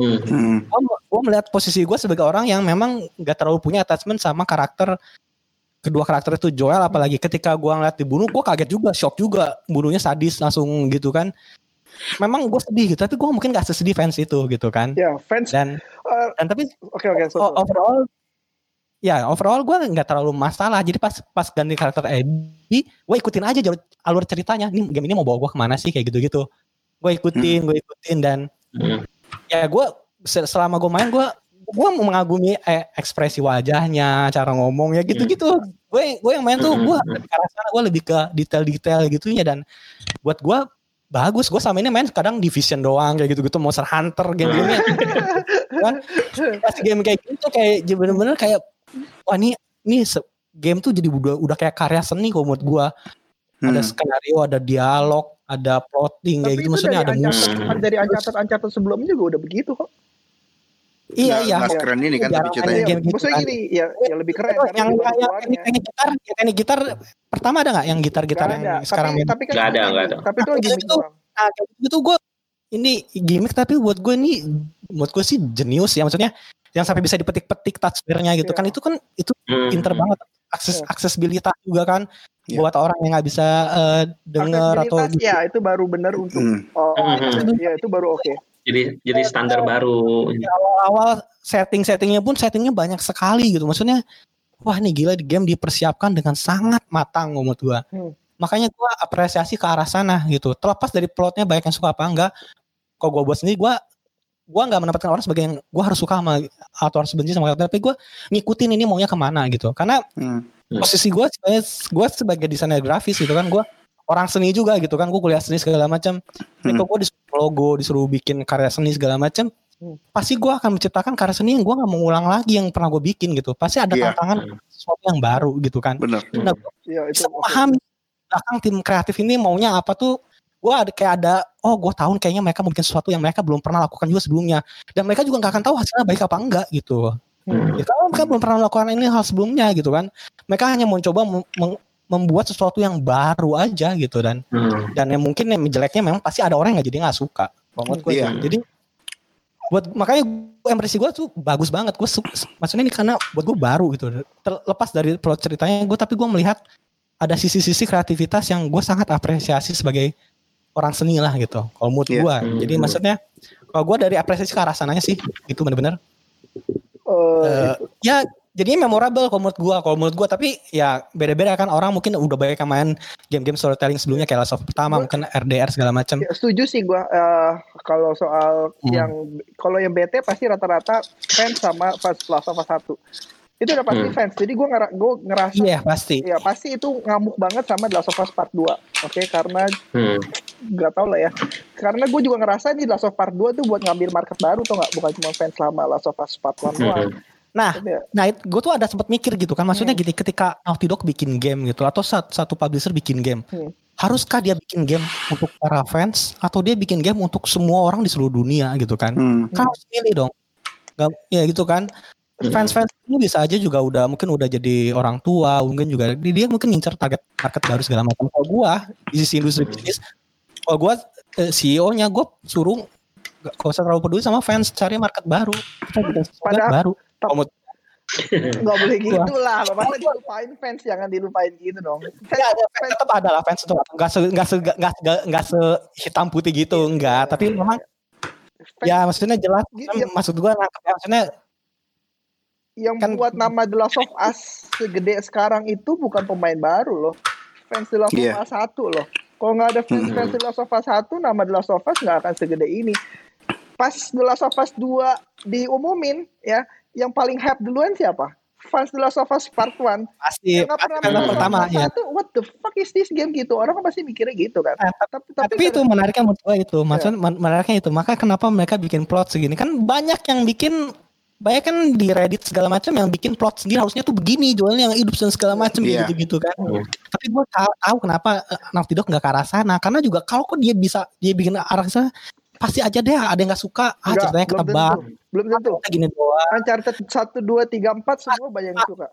Gue melihat posisi gue sebagai orang yang memang gak terlalu punya attachment sama kedua karakter itu. Joel apalagi ketika gue ngeliat dibunuh, gue kaget juga, shock juga, bunuhnya sadis langsung gitu kan. Memang gue sedih gitu, tapi gue mungkin gak sesedih fans itu gitu kan. Fans dan tapi overall gue gak terlalu masalah. Jadi pas ganti karakter Abby, gue ikutin aja alur ceritanya. Nih game ini mau bawa gue kemana sih, kayak gitu-gitu. Gue ikutin dan ya gue selama gue main gue mengagumi ekspresi wajahnya, cara ngomongnya gitu-gitu. Gue yang main tuh gue lebih ke detail-detail gitunya, dan buat gue bagus. Gue sama ini main kadang Division doang kayak gitu-gitu, Monster Hunter game-game kan. Pas game kayak gitu kayak bener-bener kayak wah ini game tuh jadi udah kayak karya seni kok menurut gue. Ada skenario, ada dialog, ada plotting kayak gitu, maksudnya ada musik. Dari Uncharted sebelumnya juga udah begitu kok. Iya. Mas keren ini kan, tapi ceritanya. Maksudnya gini, ya lebih keren. Yang gitar pertama ada nggak? Yang gitar yang sekarang main? Tapi nggak ada. Tapi itu gimmick doang. Nah, itu gue ini gimmick, tapi buat gue sih jenius ya, maksudnya yang sampai bisa dipetik-petik touchbar-nya gitu kan, itu pinter banget. Aksesibilitas juga kan, buat orang yang nggak bisa dengar atau ya itu baru benar untuk ya itu baru oke. Jadi standar baru. Awal-awal settingnya banyak sekali gitu, maksudnya wah nih gila, di game dipersiapkan dengan sangat matang menurut gua. Makanya gua apresiasi ke arah sana gitu. Terlepas dari plotnya banyak yang suka apa enggak, kalau gua buat sendiri gua gue nggak mendapatkan orang sebagai yang gue harus suka sama atau harus benci sama karakter, tapi gue ngikutin ini maunya kemana gitu. Karena posisi gue sebagai desainer grafis gitu kan, gue orang seni juga gitu kan, gue kuliah seni segala macam. Itu gue disuruh logo, disuruh bikin karya seni segala macam. Pasti gue akan menciptakan karya seni yang gue nggak mau ulang lagi yang pernah gue bikin gitu. Pasti ada tantangan sesuatu yang baru gitu kan. Benar. Nah, gue bisa paham belakang tim kreatif ini maunya apa tuh. Gue gue tahu kayaknya mereka mungkin sesuatu yang mereka belum pernah lakukan juga sebelumnya, dan mereka juga nggak akan tahu hasilnya baik apa enggak gitu. Ya, kalau mereka belum pernah melakukan ini hal sebelumnya gitu kan, mereka hanya mau coba membuat sesuatu yang baru aja gitu, dan yang mungkin yang jeleknya memang pasti ada orang yang nggak suka. Menurut gue jadi makanya impresi gue tuh bagus banget. Gue maksudnya ini karena buat gue baru gitu, terlepas dari plot ceritanya tapi gue melihat ada sisi-sisi kreativitas yang gue sangat apresiasi sebagai orang seni lah gitu. Kalau mood gue, jadi maksudnya kalau gue dari apresiasi ke arah sananya sih, itu benar-benar. Ya jadinya memorable kalau menurut gue. Tapi ya beda-beda kan, orang mungkin udah banyak yang main game-game storytelling sebelumnya kayak Last of Us pertama, mungkin RDR segala macam. Ya, setuju sih gue. Kalau soal yang BT pasti rata-rata fans sama Last of Us 1. Itu udah pasti fans. Jadi gue ngerasa iya pasti. Ya pasti itu ngamuk banget sama The Last of Us Part 2. Oke, karena gak tau lah ya. Karena gue juga ngerasa nih The Last of Us Part 2 tuh buat ngambil market baru tuh gak, bukan cuma fans lama Last of Us Part 1 doang. Nah gue tuh ada sempat mikir gitu kan, maksudnya gini, ketika Naughty Dog bikin game gitu atau satu publisher bikin game, haruskah dia bikin game untuk para fans atau dia bikin game untuk semua orang di seluruh dunia gitu kan? Kan harus pilih dong. Ya gitu kan. Fans ini bisa aja juga mungkin udah jadi orang tua, mungkin juga dia mungkin ngincer target market baru segala macam. Kalau gua di sisi industri bisnis, kalau gua CEO-nya gue suruh gak usah terlalu peduli sama fans, cari market baru, kita bikin sesuatu baru. Nggak boleh gitu lah, masa dilupain fans, jangan dilupain gitu dong. Fans tetap ada lah, fans itu nggak se hitam putih gitu, enggak. Tapi memang ya maksudnya jelas, maksud gua maksudnya yang buat nama The Last of Us segede sekarang itu bukan pemain baru loh, fans The Last of Us 1 loh. Kalau nggak ada fans The Last of Us 1, nama The Last of Us nggak akan segede ini. Pas The Last of Us 2 diumumin ya, yang paling hype duluan siapa? Fans The Last of Us Part 1. Pasti pertama ya. What the fuck is this game gitu, orang kan pasti mikirnya gitu kan. Tapi itu menariknya menurut gue itu, maksudnya menariknya itu. Maka kenapa mereka bikin plot segini, kan banyak yang bikin, banyak kan di Reddit segala macam yang bikin plot sendiri, harusnya tuh begini jualnya yang hidup dan segala macam gitu kan. Tapi gue tahu kenapa Naughty Dog nggak ke arah sana, karena juga kalau kok dia bikin arah sana, pasti aja deh ada yang nggak suka, ceritanya ketebak. Belum tentu. Gini doang. Uncharted 1, 2, 3, 4 semua banyak yang suka.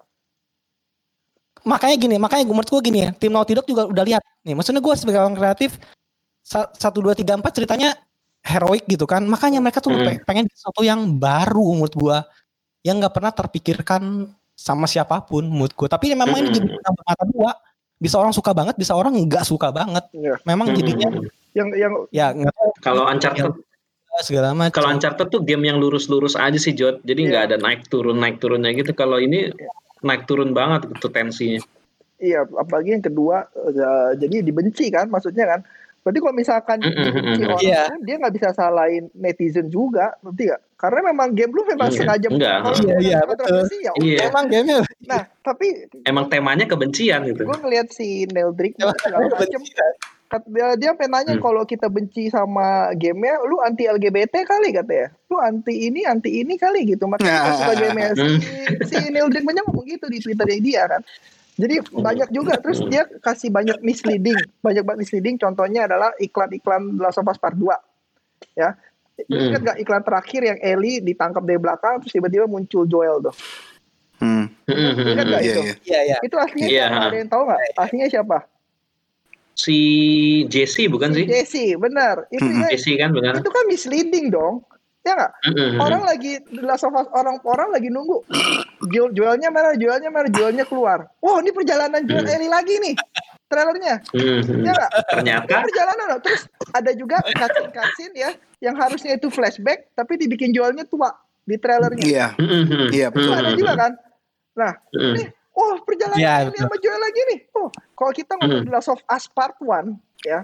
Makanya menurut gue gini ya, tim Naughty Dog juga udah lihat nih, maksudnya gue sebagai orang kreatif 1, 2, 3, 4 ceritanya heroik gitu kan, makanya mereka tuh pengen sesuatu yang baru menurut gue, yang nggak pernah terpikirkan sama siapapun menurut gue. Tapi memang ini jadi mata dua, bisa orang suka banget, bisa orang nggak suka banget. Memang jadinya yang ya nggak tahu. Kalau Uncharted segala macam. Kalau Uncharted tuh game yang lurus-lurus aja sih Jod, jadi nggak ada naik turunnya gitu. Kalau ini naik turun banget gitu tensinya. Iya, apalagi yang kedua jadi dibenci kan, maksudnya kan. Berarti kalau misalkan dibenci orang, dia nggak bisa salahin netizen juga, ngerti nggak? Karena memang game lu memang sengaja. Betul. Emang gamenya. Nah, tapi emang temanya kebencian gitu. Gue ngeliat si Neil Druckmann segala macam. Dia penanya kalau kita benci sama gamenya, lu anti LGBT kali katanya. Lu anti ini kali gitu. Makanya suka gamenya si Neil Druckmann ngomong gitu di Twitternya dia kan. Jadi banyak juga, terus dia kasih banyak misleading. Contohnya adalah iklan-iklan The Last of Us Part 2. Ya. Ingat gak iklan terakhir yang Ellie ditangkap dari belakang terus tiba-tiba muncul Joel tuh. Ingat gak itu? Iya. Itu aslinya siapa? Ada yang tahu gak? Aslinya siapa? Si Jesse bukan sih? Jesse, benar. Itu Jesse kan benar. Itu kan misleading dong. Ya nggak? Orang lagi orang lagi nunggu jualnya keluar. Wow, ini perjalanan jual Ellie lagi nih trailernya. Ya nggak? Ternyata perjalanan. Terus ada juga cutscene ya yang harusnya itu flashback tapi dibikin jualnya tua di trailernya. Iya. Itu ada juga kan. Nah, ini perjalanan Ellie sama jual lagi nih. Kalau kita ngomong The Last of Us Part 1 ya,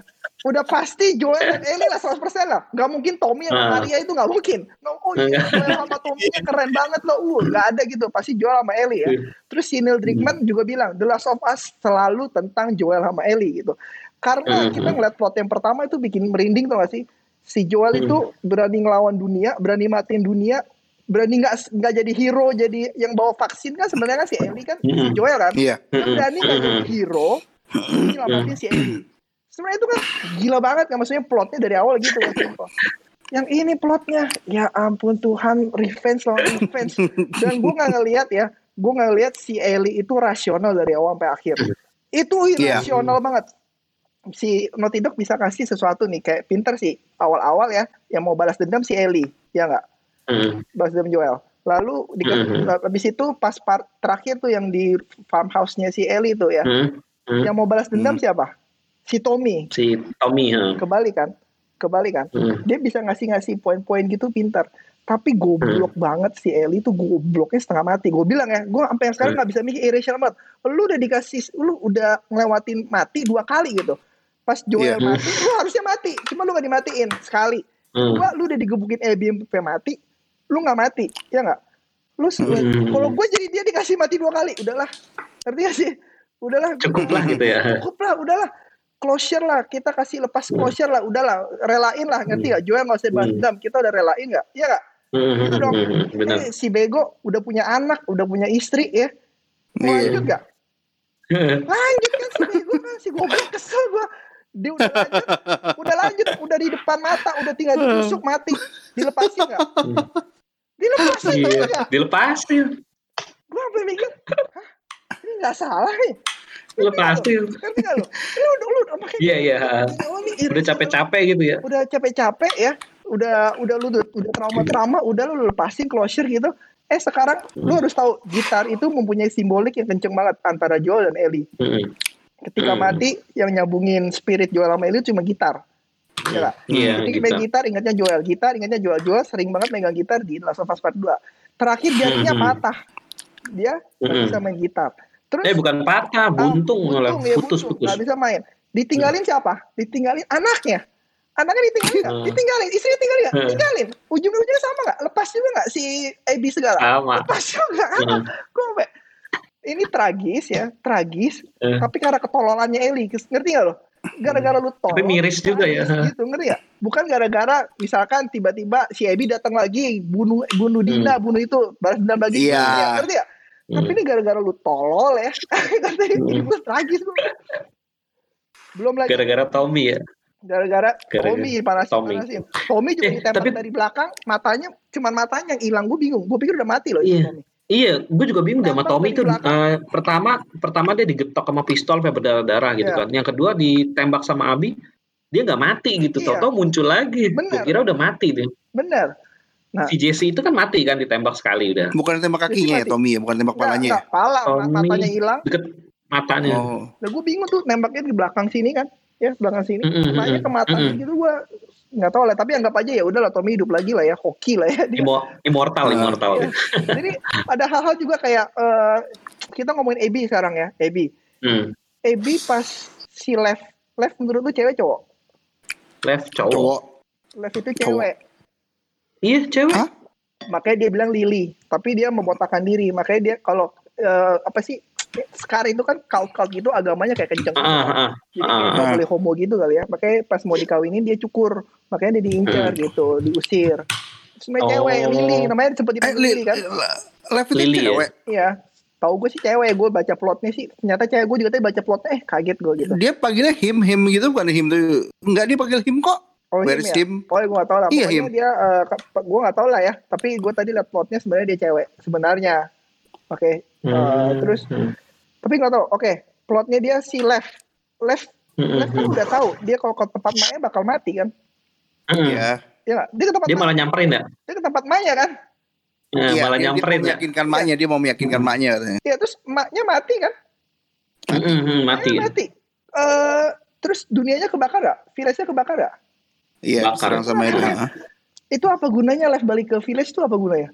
Udah pasti Joel dan Ellie lah 100% lah. Gak mungkin Tommy sama Maria itu gak mungkin. No, Joel sama Tommy-nya keren banget loh. Gak ada gitu. Pasti Joel sama Ellie ya. Terus si Neil Druckmann juga bilang The Last of Us selalu tentang Joel sama Ellie gitu. Karena kita ngeliat plot yang pertama itu bikin merinding tau gak sih? Si Joel itu berani ngelawan dunia, berani matiin dunia, berani nggak jadi hero, jadi yang bawa vaksin kan sebenarnya kan si Ellie kan, si Joel kan. Dia berani nggak jadi hero, nyelamatin si Ellie. Sebenarnya itu kan gila banget kan, maksudnya plotnya dari awal gitu kan. Yang ini plotnya, ya ampun Tuhan, revenge lawan revenge. Dan gue nggak ngelihat si Ellie itu rasional dari awal sampai akhir. Itu irasional banget. Si Naughty Dog bisa kasih sesuatu nih, kayak pinter sih awal-awal ya, yang mau balas dendam si Ellie, ya nggak? Balas dendam Joel. Lalu habis itu pas part terakhir tuh yang di farmhouse-nya si Ellie tuh ya, yang mau balas dendam siapa? Si Tommy. Kebalik kan? Dia bisa ngasih poin-poin gitu pintar. Tapi goblok banget si Ellie tuh, gobloknya setengah mati. Gue bilang ya, gue sampai sekarang nggak bisa mikir irrational banget. Lu udah ngelewatin mati 2 kali gitu. Pas Joel mati, lu harusnya mati. Cuma lu nggak dimatiin sekali. Lu udah digebukin Abby sampai mati, lu nggak mati, ya nggak? Lu kalau gue jadi dia dikasih mati 2 kali, udahlah. Ngerti gak sih? Udahlah. Cukup lah gitu ya. Udahlah. Closure lah, kita kasih lepas closure lah, udahlah, relain lah, ngerti gak? Joel nggak usah balas dendam, kita udah relain nggak? Iya nggak? Gitu dong. Si Bego udah punya anak, udah punya istri ya. Lanjut nggak? Lanjut kan si Bego kan, si goblok, kesel gue. Dia udah lanjut, udah di depan mata, udah tinggal ditusuk mati, dilepasin nggak? Dilepasin. Gue sampai mikir, ini nggak salah nih. Lepasin. Ngerti gak lo? Lu Iya. Udah capek-capek gitu ya. Udah capek-capek ya. Udah trauma-trauma, udah lu lepasin closure gitu. Sekarang lu harus tahu gitar itu mempunyai simbolik yang kenceng banget antara Joel dan Ellie. Ketika mati yang nyambungin spirit Joel sama Ellie cuma gitar. Ya gak? Jadi main gitar ingatnya Joel. Joel sering banget megang gitar di Last of Us Part 2. Terakhir jadinya patah. Dia gak bisa main gitar. Terus, bukan patah, buntung malah, putus. Gak bisa main. Ditinggalin siapa? Ditinggalin anaknya. Anaknya ditinggalin nggak? Ditinggalin. Istri ditinggalin nggak? Ditinggalin. Ujung-ujungnya sama nggak? Lepas juga nggak si Abby segala? Lepas juga. Ini tragis ya, tapi karena ketololannya Ellie, ngerti nggak lo? Gara-gara lu tolol. Tapi miris juga ya. Gitu, ngerti ya? Bukan gara-gara misalkan tiba-tiba si Abby datang lagi, bunuh Dina, bunuh itu, balas dendam lagi. Iya. Ngerti ya? Tapi ini gara-gara lu tolol ya. Ini gue tragis gue. Belum lagi. Gara-gara Tommy ya. Gara-gara Tommy panasin. Tommy juga ditembak dari belakang, cuman matanya yang hilang. Gue bingung. Gue pikir udah mati loh. Iya, gue juga bingung sama Tommy itu. Pertama dia digetok sama pistol sampai berdarah-darah gitu kan. Yang kedua ditembak sama Abby, dia nggak mati gitu. Tahu-tahu muncul lagi. Gue kira udah mati deh. Bener. Nah, si Jesse itu kan mati kan, ditembak sekali udah. Bukan tembak kakinya ya Tommy ya, bukan tembak palanya. Enggak, pala, matanya hilang. Deket matanya. Nah, gue bingung tuh nembaknya di belakang sini kan. Ya, belakang sini. Matanya ke matanya gitu gue nggak tahu lah, tapi anggap aja ya udahlah Tommy hidup lagi lah ya, hoki lah ya. Immortal. Ya. Jadi ada hal-hal juga kayak kita ngomongin Abby sekarang ya, Abby. Abby pas si Lev menurut lu cewek cowok? Lev cowok. Lev itu cewek. Iya cewek. Hah? Makanya dia bilang Lily, tapi dia membotakkan diri. Makanya dia kalau Scar itu kan cult gitu agamanya kayak kenceng. Jadi nggak boleh homo gitu kali ya. Makanya pas mau dikawinin dia cukur. Makanya dia diincar gitu, diusir. Sebenarnya cewek Lily, namanya sempat dipanggil Lily kan? Lev itu cewek. Iya. Tahu gue sih cewek, gue baca plotnya sih. Ternyata cewek, gue juga tadi baca plotnya, kaget gue gitu. Dia panggilnya him gitu, bukan him tuh. Enggak, dia panggil him kok. Where's him? Pokoknya gue gak tau lah. Iya, pokoknya dia, gue gak tau lah ya. Tapi gue tadi liat plotnya sebenarnya dia cewek. Sebenarnya. Oke. Terus, tapi gak tau. Oke. Plotnya dia si Lev kan udah tahu. Dia kalau ke tempat Maya bakal mati kan. Iya. Dia malah nyamperin ya? Dia ke tempat Maya kan. Iya, malah nyamperin ya. Dia mau meyakinkan maknya katanya. Iya, terus maknya mati kan? Mati. Terus dunianya kebakar gak? Village-nya kebakar gak? Iya, sekarang sama itu. Itu apa gunanya Lev balik ke village itu apa gunanya?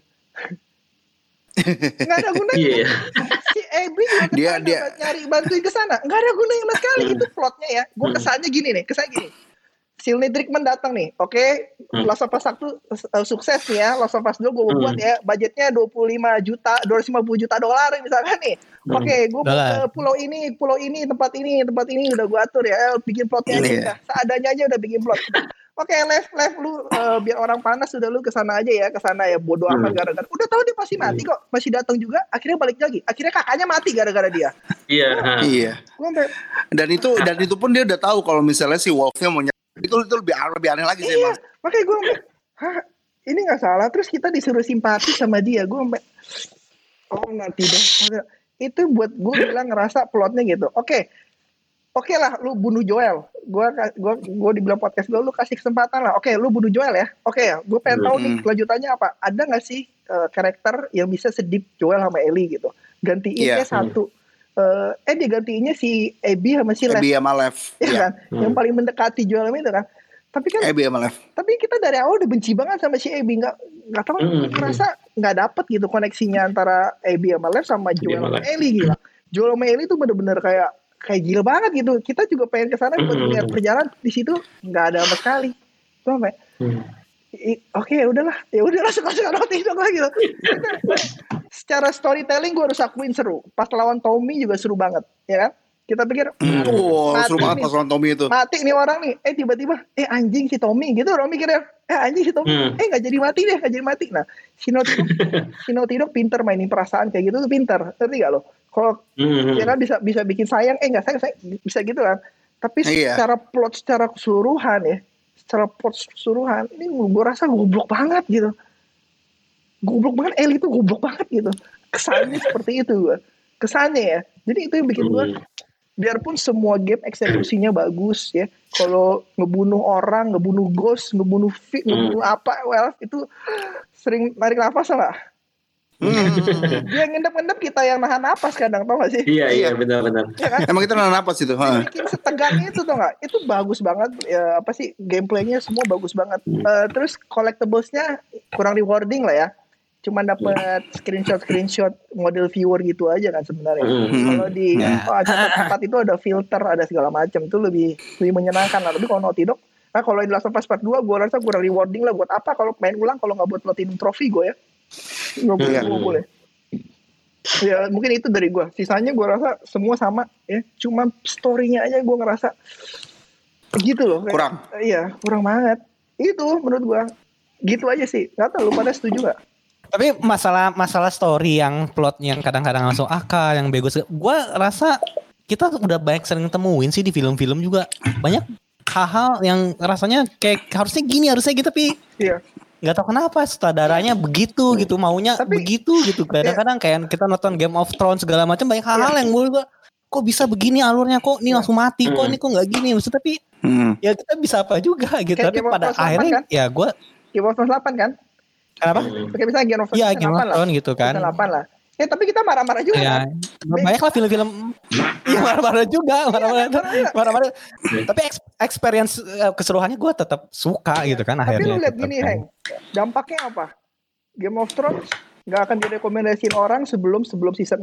Nggak ada gunanya. Iya. Si Abby juga dia nyari bantuin ke sana. Nggak ada gunanya sama sekali itu plotnya ya. Gue kesannya gini. si Neil Druckmann datang nih, oke, Last of Us 1 sukses nih ya, Last of Us 2 gue buat ya, budgetnya 250 juta dolar misalkan nih, oke, gue mau ke pulau ini, tempat ini udah gue atur ya, bikin plotnya aja, seadanya aja udah bikin plot. Oke, left lu biar orang panas udah lu kesana aja ya, bodo amat gara-gara. Udah tahu dia pasti mati kok, masih datang juga, akhirnya balik lagi. Akhirnya kakaknya mati gara-gara dia. Iya. Dan itu pun dia udah tahu kalau misalnya si Wolf-nya mau itu lebih aneh lagi sih, Mas. Makanya gue ini nggak salah. Terus kita disuruh simpati sama dia. Gue nanti deh. Itu buat gue bilang ngerasa plotnya gitu. Oke lah, lu bunuh Joel. Gue dibilang podcast gue, lu kasih kesempatan lah. Oke, lu bunuh Joel ya. Oke ya, gue pengen tahu nih kelanjutannya apa. Ada nggak sih karakter yang bisa sedip Joel sama Ellie gitu? Gantiinnya satu. Digantiinnya si Abby sama si Lev. Iya kan? Yang paling mendekati Joel itu kan. Tapi kan Abby sama Lev. Tapi kita dari awal udah benci banget sama si Abby, nggak tahu ngerasa nggak dapet gitu koneksinya antara Abby sama Lev sama Joel sama Ellie gila. Joel sama Ellie tuh bener-bener kayak gila banget gitu. Kita juga pengen kesana buat lihat perjalanan, di situ nggak ada sama sekali. Tuh sampai oke, udahlah suka-suka Naughty Dog lah gitu. Secara storytelling gue harus akuin seru. Pas lawan Tommy juga seru banget, ya kan? Kita pikir, seru banget pas lawan Tommy itu. Mati nih orang nih, tiba-tiba, anjing si Tommy gitu. Orang mikirnya, anjing si Tommy, nggak jadi mati. Nah, si Naughty Dog pinter mainin perasaan kayak gitu tuh pinter, ngerti gak lo? Kalau kira bisa bikin sayang, nggak sayang bisa gitu kan? Tapi secara plot, secara keseluruhan ya. Ini gue rasa goblok banget gitu. Ellie itu goblok banget gitu. Kesannya seperti itu gue. Kesannya ya. Jadi itu yang bikin gue, biarpun semua game eksekusinya bagus ya. Kalau ngebunuh orang, ngebunuh ghost, ngebunuh apa, itu sering narik nafas lah. Dia ngendap-ngendap, kita yang nahan napas kadang, tau gak sih? Iya benar-benar. Ya kan? Emang kita nahan napas itu. Bikin setegang itu tau gak? Itu bagus banget. Ya, gameplaynya semua bagus banget. Terus collectiblesnya kurang rewarding lah ya. Cuman dapat screenshot model viewer gitu aja kan sebenarnya. Kalau di tempat itu ada filter, ada segala macam, itu lebih menyenangkan lah. Tapi kalau Naughty Dog, kalau di Last of Us Part 2 gue rasa kurang rewarding lah. Buat apa kalau main ulang kalau nggak buat platinum trophy gue ya? Nggak boleh. Ya mungkin itu dari gue. Sisanya gue rasa semua sama ya. Cuma storynya aja gue ngerasa gitu loh. Kurang. Iya, kurang banget. Itu menurut gue. Gitu aja sih. Nggak tahu lu pada setuju gak? Tapi masalah story yang plot yang kadang-kadang langsung akal, yang bego, gue rasa kita udah banyak sering temuin sih di film-film juga. Banyak hal-hal yang rasanya kayak harusnya gini, harusnya gitu, tapi nggak tahu kenapa sutradaranya begitu gitu, maunya begitu gitu. Kadang-kadang kayak kita nonton Game of Thrones segala macam, banyak hal-hal yang gue kok bisa begini alurnya, kok ini langsung mati, kok ini kok nggak gini. Maksudnya tapi ya kita bisa apa juga gitu. Kayak tapi pada akhirnya kan? Ya gue Game of Thrones 8 kan? Kenapa? Kayak misalnya Game of Thrones 8 lah. Gitu kan. 8 lah. Ya tapi kita marah-marah juga kan. Banyak lah film-film yang marah-marah juga, marah-marah. Tapi experience keseluruhannya gue tetap suka gitu kan akhirnya. Tapi lu lihat gini, Heng. Dampaknya apa? Game of Thrones gak akan direkomendasiin orang sebelum season 6.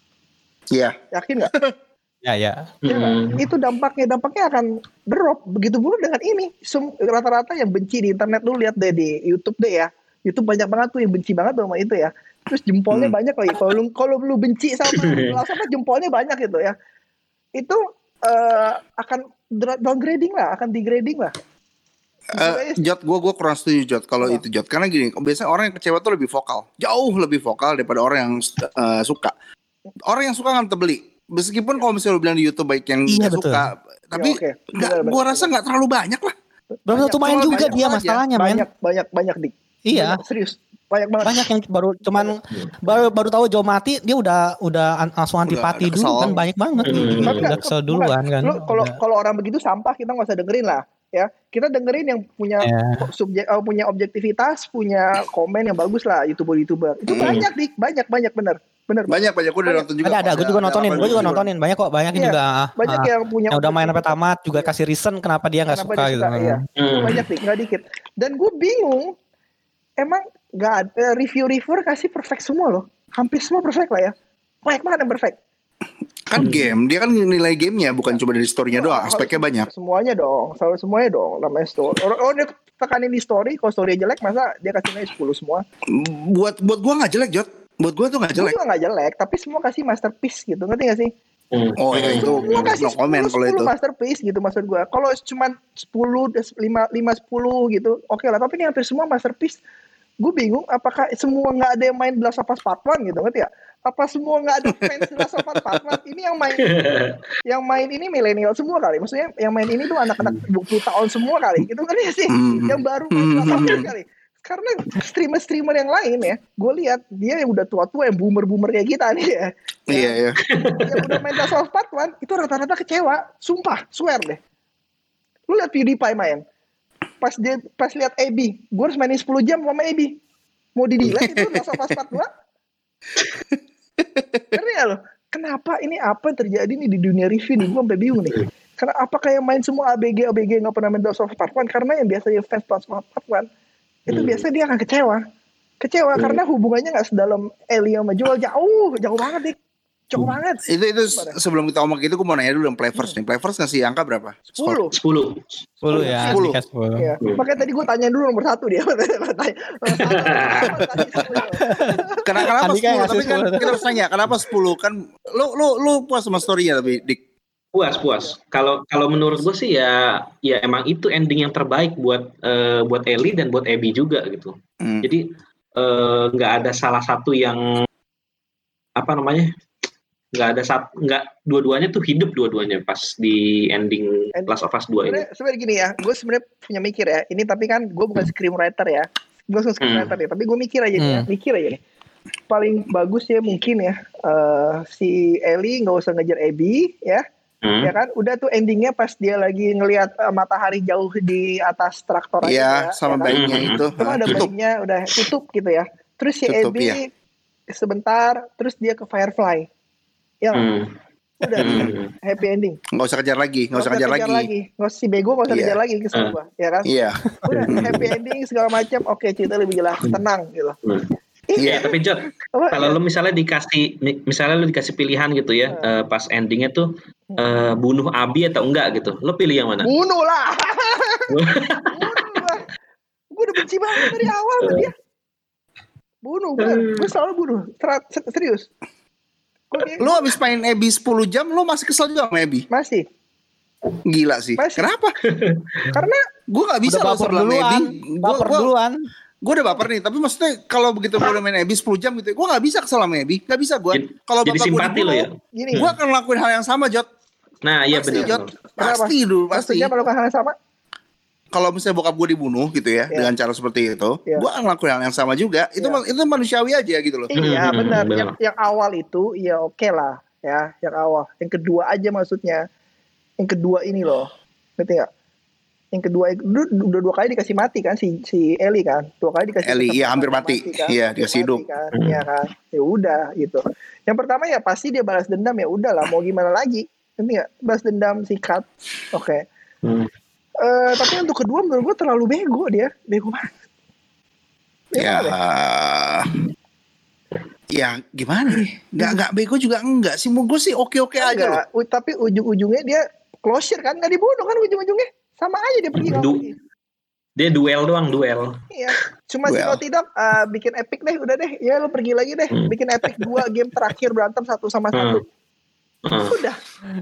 Iya. Yakin gak? Ya. Itu dampaknya akan drop. Begitu pula dengan ini. Rata-rata yang benci di internet, lu lihat deh di YouTube deh ya. YouTube banyak banget tuh yang benci banget sama itu ya. Terus jempolnya banyak lagi. Kalau lu benci sama jempolnya banyak gitu ya. Itu akan downgrading lah, akan degrading lah. Jod, gue kurang setuju Jod kalau itu Jod. Karena gini, biasanya orang yang kecewa tuh lebih vokal. Jauh lebih vokal daripada orang yang suka. Orang yang suka nggak terbeli. Meskipun kalau misalnya lu bilang di YouTube baik yang suka. Tapi gue rasa nggak terlalu banyak lah. Belum tentu main juga dia masalahnya, men. Banyak dik. Iya. Serius. Banyak yang baru tahu Joe mati dia udah langsung antipati dulu kan, banyak banget udah kesel duluan kan. Kalau orang begitu sampah kita nggak usah dengerin lah ya. Kita dengerin yang punya punya objektivitas, punya komen yang bagus lah, youtuber itu banyak dik, banyak bener. Banyak gue udah nonton juga. Ada gue juga nontonin banyak kok, banyak juga. Banyak yang punya yang udah main sampai tamat juga kasih reason kenapa dia nggak suka gitu. Iya. Banyak dik, nggak dikit. Dan gue bingung. Emang nggak ada reviewer kasih perfect semua loh, hampir semua perfect lah ya, banyak banget yang perfect. Kan game, dia kan nilai gamenya bukan cuma dari story-nya doang, aspeknya banyak. Semuanya dong, selalu semuanya dong namanya story. Orang dia tekanin di story, kalau story jelek masa dia kasih nilai 10 semua. Buat gua nggak jelek, Jot. Buat gua tuh nggak jelek. Gua nggak jelek, tapi semua kasih masterpiece gitu, ngerti nggak sih? Oh ya itu Semua kasih no comment kalau 10 itu. masterpiece gitu maksud gua. Kalau cuma 10, 5, 10 gitu, oke lah. Tapi ini hampir semua masterpiece. Gue bingung apakah semua nggak ada yang main The Last of Us Part 1 gitu, ngerti ya? Apa semua nggak ada fans The Last of Us Part 1? Ini yang main ini milenial semua kali. Maksudnya yang main ini tuh anak-anak 20 tahun semua kali. Gitu kan ya sih? Yang baru main The Last of Us kali. Karena streamer-streamer yang lain ya, gue lihat dia yang udah tua-tua, yang boomer-boomer kayak kita nih ya. Iya. Yang udah main The Last of Us Part 1 itu rata-rata kecewa. Sumpah, swear deh. Lu lihat PewDiePie main. Pas lihat Abby, gue harus mainin 10 jam sama Abby. Mau di-delete itu The Last of Us Part 2? Karena ya loh, kenapa ini apa yang terjadi nih di dunia review nih? Gue sampai bingung nih. Karena apakah yang main semua ABG nggak pernah main The Last of Us Part 1? Karena yang biasanya fans The Last of Us Part 1 itu biasanya dia akan kecewa karena hubungannya nggak sedalam Ellie sama Joel, jauh banget nih. Jauh banget. Itu sebelum kita ngomong gitu, gue mau nanya dulu yang Playverse nih. Playverse ngasih angka berapa? 10 ya. 10. Ya. Makanya tadi gue tanya dulu nomor 1 dia. Kenapa 10? Tapi kan kita harus tanya, kenapa 10? Kan lu puas sama story-nya tapi Dik. Puas. Kalau menurut gue sih ya emang itu ending yang terbaik buat Ellie dan buat Abby juga gitu. Jadi nggak ada salah satu yang nggak dua-duanya tuh hidup dua-duanya pas di ending Last of Us 2 ini. Sebenarnya gini ya, gue sebenarnya punya mikir ya. Ini tapi kan gue bukan screenwriter ya. Gue bukan screenwriter ya, tapi gue mikir aja nih. Paling bagus ya mungkin ya si Ellie nggak usah ngejar Abby ya. Ya kan, udah tuh endingnya pas dia lagi ngelihat matahari jauh di atas traktor aja. Iya, sama bayinya itu. Cuma ada bayinya udah tutup gitu ya. Terus si Abby sebentar, terus dia ke Firefly. Ya, udah happy ending. Nggak usah kejar lagi. Nggak usah si bego nggak usah kejar lagi kesel gua, ya kan? Iya. Udah happy ending segala macam. Oke, cerita lebih jelas, tenang gitu. Iya, tapi Jod, kalau lu misalnya dikasih pilihan gitu ya, pas endingnya tuh bunuh Abby atau enggak gitu, lu pilih yang mana? Bunuh lah. Gue udah benci banget dari awal sama dia. Bunuh, gue selalu bunuh, serius. Lu abis main Abby 10 jam, lu masih kesel juga sama Abby? Masih. Gila sih. Kenapa? Karena gue gak bisa loh sebelum Abby. Baper duluan. Gue udah baper nih, tapi maksudnya kalau begitu gue udah main Abby 10 jam gitu, gue gak bisa kesel sama Abby. Gak bisa gue. Kalau bapak gue dibunuh, ya? Gue akan ngelakuin hal yang sama, Jot. Nah iya benar. Pasti. Maksudnya melakukan hal yang sama? Kalau misalnya bokap gue dibunuh gitu ya, dengan cara seperti itu, gue akan ngelakuin hal yang sama juga. Itu manusiawi aja gitu loh. Iya benar. Yang awal itu ya oke lah ya, yang awal. Yang kedua aja maksudnya. Yang kedua ini loh, ngerti nggak? Yang kedua udah 2 kali dikasih mati kan si Ellie kan, 2 kali dikasih. Ellie iya hampir mati kan? Iya dikasih hidup. Iya kan, ya udah gitu. Yang pertama ya pasti dia balas dendam, ya udahlah mau gimana lagi, ngerti nggak? Balas dendam sikat, oke. Tapi untuk kedua menurut gue terlalu bego banget. Ya gimana nih? Nggak bego juga enggak sih. Menurut gue sih oke aja loh. Tapi ujung-ujungnya dia closure kan, nggak dibunuh kan ujung-ujungnya. Sama aja dia pergi. Dia duel doang. Iya. Cuma si Naughty Dog bikin epic deh, udah deh. Ya lo pergi lagi deh. Bikin epic 2 game terakhir berantem 1 sama 1. Udah.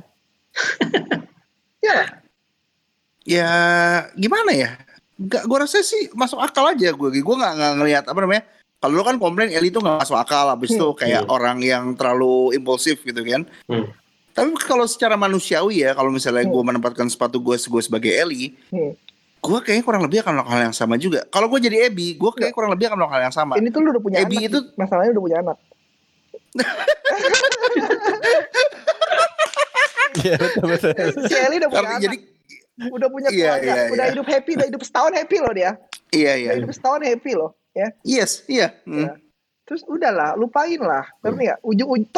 Ya gimana ya? Gue rasa sih masuk akal aja gue nggak ngelihat apa namanya. Kalau lu kan komplain Ellie itu nggak masuk akal, abis itu kayak orang yang terlalu impulsif gitu kan. Tapi kalau secara manusiawi ya, kalau misalnya gue menempatkan sepatu gue sebagai Ellie, gue kayaknya kurang lebih akan melakukan hal yang sama juga. Kalau gue jadi Abby, gue kayaknya kurang lebih akan melakukan hal yang sama. Ini tuh lu udah punya Abby anak. Itu masalahnya udah punya anak. Iya betul. Si Ellie udah punya anak. Jadi udah punya keluarga, udah hidup happy, udah hidup setahun happy loh dia. Iya. Udah hidup setahun happy loh, ya. Yes, iya. Ya. Terus udahlah, lupain lah, ngerti nggak?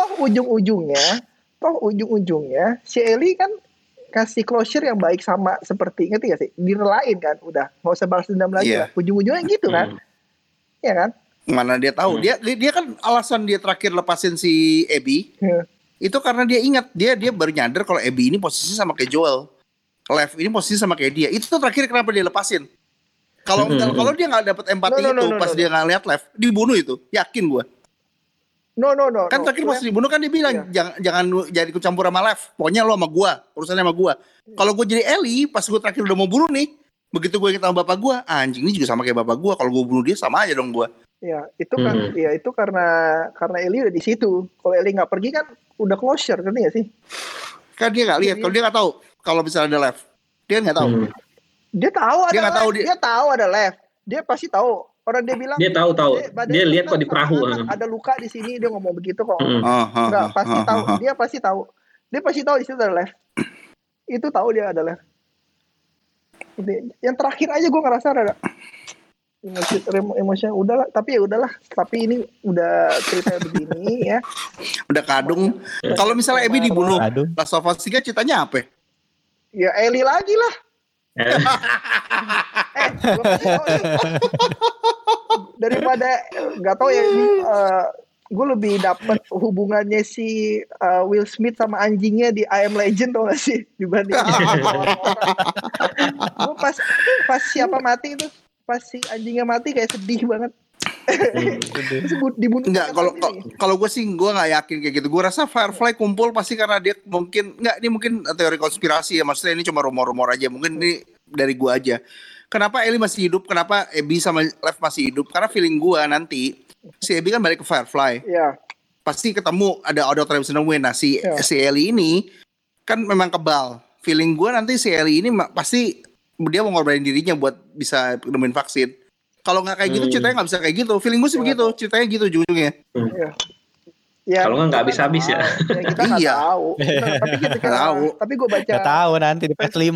Ujung-ujungnya, si Ellie kan kasih closure yang baik sama seperti, ngerti gak sih? Direlain kan, udah nggak usah balas dendam lagi lah. Ujung-ujungnya gitu kan, ya kan? Mana dia tahu? Dia kan alasan dia terakhir lepasin si Abby. itu karena dia ingat dia baru nyadar kalau Abby ini posisinya sama kayak Joel, Lev ini posisinya sama kayak dia. Itu tuh terakhir kenapa dia lepasin. Kalau dia nggak dapet empati pas dia nggak lihat Lev dibunuh itu, yakin gue. Kan terakhir pas dibunuh kan dia bilang jangan jadi ikut campur sama Lev, pokoknya lo sama gue, urusannya sama gue. Kalau gue jadi Ellie pas gue terakhir udah mau bunuh nih, begitu gue ingat sama bapak gue, anjing ini juga sama kayak bapak gue, kalau gue bunuh dia sama aja dong gue. Ya itu kan, ya itu karena Ellie udah di situ. Kalau Ellie nggak pergi kan udah closure, ngerti nggak sih? Kan dia nggak lihat, kalau dia nggak tahu kalau misalnya ada Lev, dia nggak tahu. Dia tahu ada Lev, dia pasti tahu. Orang dia bilang dia tahu. Dia lihat kok di perahu. Ada luka di sini, dia ngomong begitu kok. Enggak, pasti tahu. Dia pasti tadu. Dia pasti tahu di situ ada Lev. Itu tahu dia ada Lev. Yang terakhir aja gue ngerasa ada emosinya udahlah, tapi ya udahlah. Tapi ini udah cerita begini ya. Udah kadung. Kalau misalnya Abby dibunuh, Last of Us 3 ceritanya apa? Ya Ellie lagi lah. Gue pasti tahu nih. Daripada nggak tahu ya ini, gue lebih dapat hubungannya si Will Smith sama anjingnya di I Am Legend, tau gak sih, dibanding gue pas siapa mati itu, pas si anjingnya mati kayak sedih banget. Enggak, kalau gue sih gue nggak yakin kayak gitu. Gue rasa Firefly kumpul pasti karena dia mungkin teori konspirasi ya, maksudnya ini cuma rumor-rumor aja, mungkin ini dari gue aja. Kenapa Ellie masih hidup? Kenapa Abby sama Lev masih hidup? Karena feeling gue nanti si Abby kan balik ke Firefly. Iya. Pasti ketemu ada Auditor yang bisa nemuin. Nah si Ellie ini kan memang kebal. Feeling gue nanti si Ellie ini pasti dia mau ngorbanin dirinya buat bisa nemuin vaksin. Kalau nggak kayak gitu ceritanya nggak bisa kayak gitu. Feeling gue sih begitu. Ceritanya gitu ujung-ujungnya. Ya, kalau nggak habis-habis ya. Kita nggak tahu. Tapi kita tahu. Tapi gue baca. Nggak tahu nanti di PS5.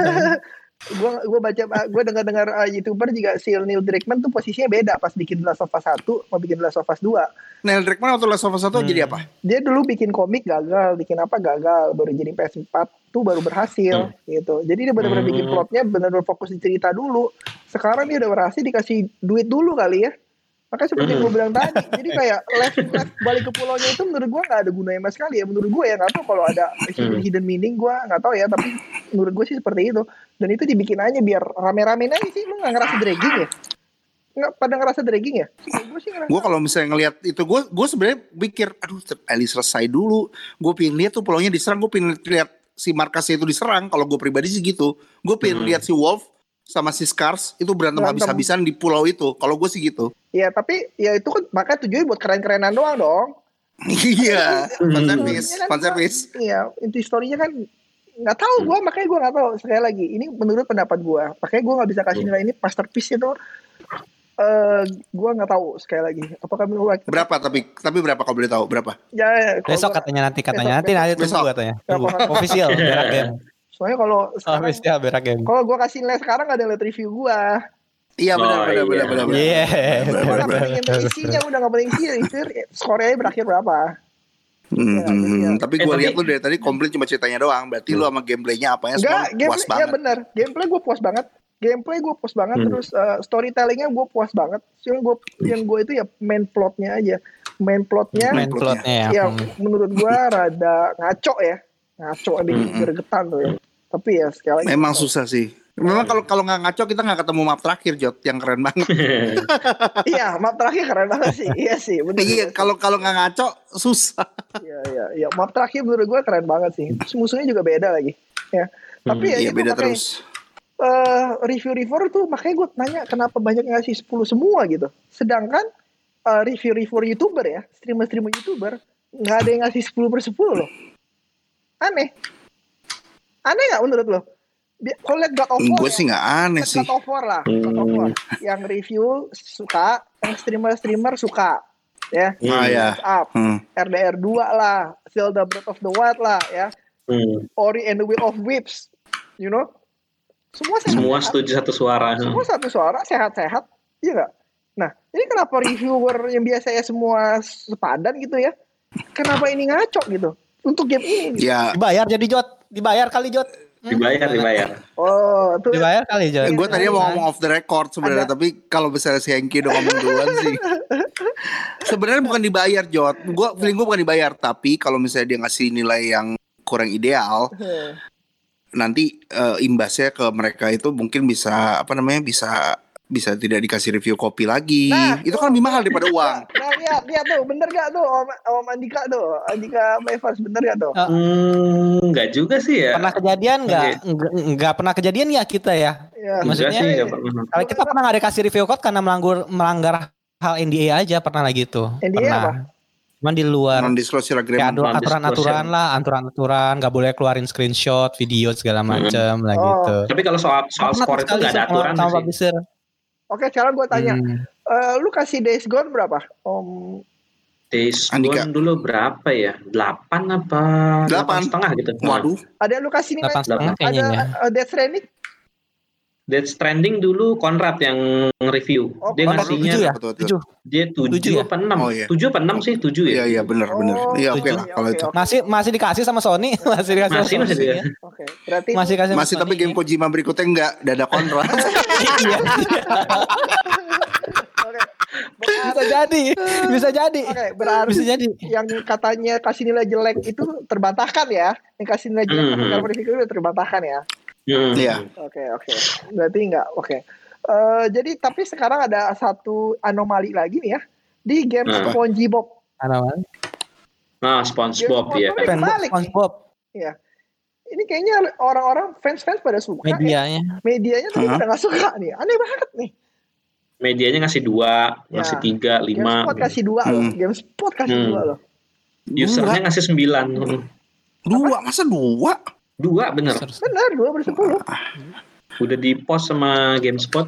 gue dengar YouTuber juga si Neil Druckmann tuh posisinya beda pas bikin The Last of Us 1 mau bikin The Last of Us 2. Neil Druckmann waktu The Last of Us 1 jadi apa? Dia dulu bikin komik gagal, bikin apa gagal, baru jadi PS4 tuh baru berhasil gitu. Jadi dia benar-benar bikin plotnya benar-benar fokus di cerita dulu. Sekarang dia udah berhasil dikasih duit dulu kali ya. Makanya seperti yang gue bilang tadi, jadi kayak Lev balik ke pulaunya itu menurut gue nggak ada gunanya sama sekali ya. Menurut gue ya, nggak tahu kalau ada hidden meaning gue nggak tahu ya, tapi menurut gue sih seperti itu. Dan itu dibikin aja biar rame-rame aja sih. Lu nggak ngerasa dragging ya? Nggak pada ngerasa dragging ya? Gue kalau misalnya ngelihat itu, gue sebenarnya pikir, aduh Ellie selesai dulu. Gue pengen lihat tuh pulaunya diserang, gue pengen lihat si markasnya itu diserang. Kalau gue pribadi sih gitu. Gue pengen lihat si Wolf sama si Scars itu berantem habis-habisan di pulau itu. Kalau gue sih gitu. Ya tapi ya itu kan makanya tujuannya buat keren-kerenan doang dong. Iya, fanservice. Iya, inti story-nya kan nggak tahu gue, makanya gue nggak tahu. Sekali lagi, ini menurut pendapat gue. Makanya gue nggak bisa kasih nilai ini masterpiece itu. Gue nggak tahu sekali lagi. Apakah berapa tapi berapa kalau boleh tahu berapa? Ya, besok katanya nanti tunggu katanya. Official berak game. Soalnya kalau gue kasih nilai sekarang nggak ada lihat review gue. Iya benar. Iya. Udah nggak penting isinya, udah nggak penting isi. Skornya berakhir berapa? Tapi gue lihat lu dari tadi komplain cuma ceritanya doang. Berarti lu sama gameplaynya apanya semua puas banget. Iya benar. Gameplay gue puas banget. Terus storytellingnya gue puas banget. Yang gue itu ya main plotnya aja. Main plotnya ya. Menurut gue rada ngaco ya. Bikin gregetan tuh ya. Tapi ya sekali lagi memang susah sih. Memang kalau nggak ngaco kita nggak ketemu map terakhir Jot yang keren banget. Iya map terakhir keren banget sih. Iya sih bener. Iya kalau nggak ngaco susah. Iya map terakhir menurut gue keren banget sih. Terus musuhnya juga beda lagi. Ya. Tapi ya itu beda makanya, terus. Review tuh makanya gue tanya kenapa banyak ngasih 10 semua gitu. Sedangkan review YouTuber ya, streamer YouTuber nggak ada yang ngasih 10/10 loh. Aneh nggak menurut lo? Kalau lihat God of War, gue sih nggak aneh sih. God of War lah, God of War. Yang review suka, yang streamer suka, ya. Up, RDR 2 lah, Zelda Breath of the Wild lah, ya. Ori and the Will of Wisps, you know. Semua setuju satu suara. Semua satu suara, sehat-sehat, iya nggak? Nah, ini kenapa reviewer yang biasanya semua sepadan gitu ya? Kenapa ini ngaco gitu? Untuk game ini. Ya. Dibayar jadi Jot. Dibayar kali Jot. Dibayar. Oh, tuh. Dibayar kali Jot. Gue tadi mau ngomong off the record sebenarnya, tapi kalau misalnya si Hengki udah ngomong duluan sih. Sebenarnya bukan dibayar, Jot. Feeling gue bukan dibayar, tapi kalau misalnya dia ngasih nilai yang kurang ideal, nanti imbasnya ke mereka itu mungkin bisa bisa tidak dikasih review kopi lagi. Itu kan lebih mahal daripada uang. Nah, lihat tuh, bener gak tuh Om Andika tuh? Andika Playverse, bener gak tuh? Enggak juga sih ya. Pernah kejadian nggak pernah kejadian ya kita ya? Maksudnya sih, kalau kita pernah nggak dikasih review code karena melanggar hal NDA aja pernah lagi tuh. NDA pernah. apa? Cuman di luar Non-disclosure agreement. aturan nggak boleh keluarin screenshot video segala macam lah gitu. Tapi kalau soal skor itu nggak ada aturan sama sih. publisher. Oke, sekarang gue tanya, lu kasih Days Gone berapa? Days Andika. Gone dulu berapa ya? 8 apa? 8,5 gitu. Waduh. Ada lu kasih nilai? 8,5 kayaknya ya. Ada Death Stranding? Death Stranding dulu Konrad yang review. Dia ngasihnya 7 ya? 7. Dia 7 apa 6? Oh, iya. 7 apa 6 sih? 7 ya? Iya benar. Iya oke lah kalau itu. Masih dikasih sama Sony, masih dikasih. Masih dia. Oke, berarti Masih tapi game Kojima berikutnya enggak dada kontrak. Iya. Bisa jadi. Oke, berarti bisa jadi. yang katanya kasih nilai jelek itu terbantahkan ya? Yang kasih nilai jelek karena review itu terbantahkan ya? Iya. Oke. Berarti enggak. Oke. Jadi tapi sekarang ada satu anomali lagi nih ya di game SpongeBob. Anomali. Nah, SpongeBob ya. SpongeBob. Iya. Ini kayaknya orang-orang fans pada suka. Medianya tuh pada nggak suka nih. Aneh banget nih. Medianya ngasih 2, ngasih 3, 5. GameSpot kasih 2 loh. GameSpot kasih 2 loh. Usernya ngasih 9. 2, masa 2? 2 bener. Bener 2/10. Udah di post sama GameSpot.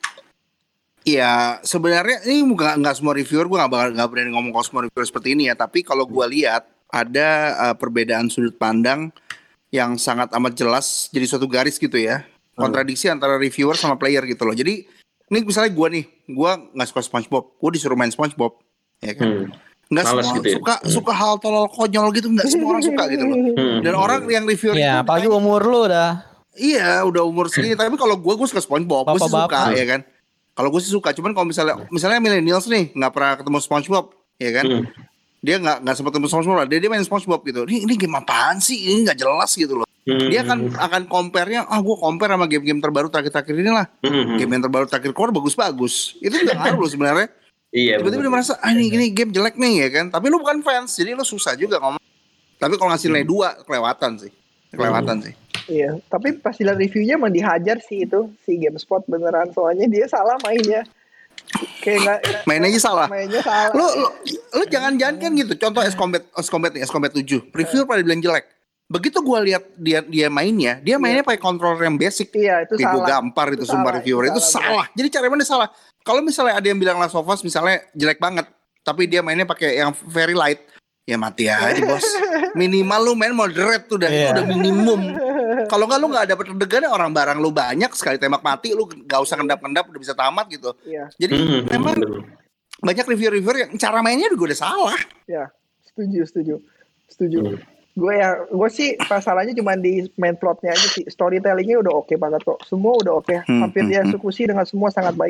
Iya, sebenarnya ini nggak semua reviewer, gue nggak berani ngomong kalau semua reviewer seperti ini ya. Tapi kalau gue lihat ada perbedaan sudut pandang yang sangat amat jelas, jadi suatu garis gitu ya, kontradiksi antara reviewer sama player gitu loh. Jadi ini misalnya gue nggak suka SpongeBob, gue disuruh main SpongeBob, ya kan? Nggak semua gitu suka hal tolol konyol gitu, nggak semua orang suka gitu loh. Dan orang yang reviewer itu apalagi umur lu udah. Iya, udah umur segini. Tapi kalau gue suka SpongeBob, gue sih suka ya kan. Kalau gue sih suka, cuman kalau misalnya millennials nih nggak pernah ketemu SpongeBob, ya kan? Dia nggak sempat ketemu SpongeBob lah. Dia main SpongeBob gitu. Ini game apaan sih? Ini nggak jelas gitu loh. Dia akan compare-nya. Gue compare sama game-game terbaru terakhir ini lah. Game yang terbaru terakhir keluar bagus-bagus. Itu juga ngaruh loh sebenarnya. Iya. Tiba-tiba dia merasa ini game jelek nih ya kan. Tapi lu bukan fans, jadi lu susah juga ngomong. Tapi kalau ngasih nilai 2 kelewatan sih. Iya, tapi pas dilihat reviewnya emang dihajar sih itu si GameSpot beneran, soalnya dia salah mainnya. Kayak mainnya salah. Lu Ya. jangan kan gitu. Contoh S-Combat 7. Review pada bilang jelek. Begitu gue lihat dia mainnya pakai controller yang basic. Iya, itu salah. Gue gampar itu sumpah reviewer itu salah. Jadi cara mainnya salah. Kalau misalnya ada yang bilang Last of Us misalnya jelek banget, tapi dia mainnya pakai yang very light, ya mati aja bos. Minimal lu main moderate tuh, itu udah minimum. Kalau nggak lu nggak dapet degannya, orang barang lu banyak, sekali tembak mati lu nggak usah kendap-kendap udah bisa tamat gitu. Iya. Jadi memang banyak reviewer yang cara mainnya juga udah salah. Ya, setuju. Gue sih masalahnya cuma di main plotnya aja sih. Storytellingnya udah oke banget kok. Semua udah oke. Hampir dieksekusi dengan semua sangat baik.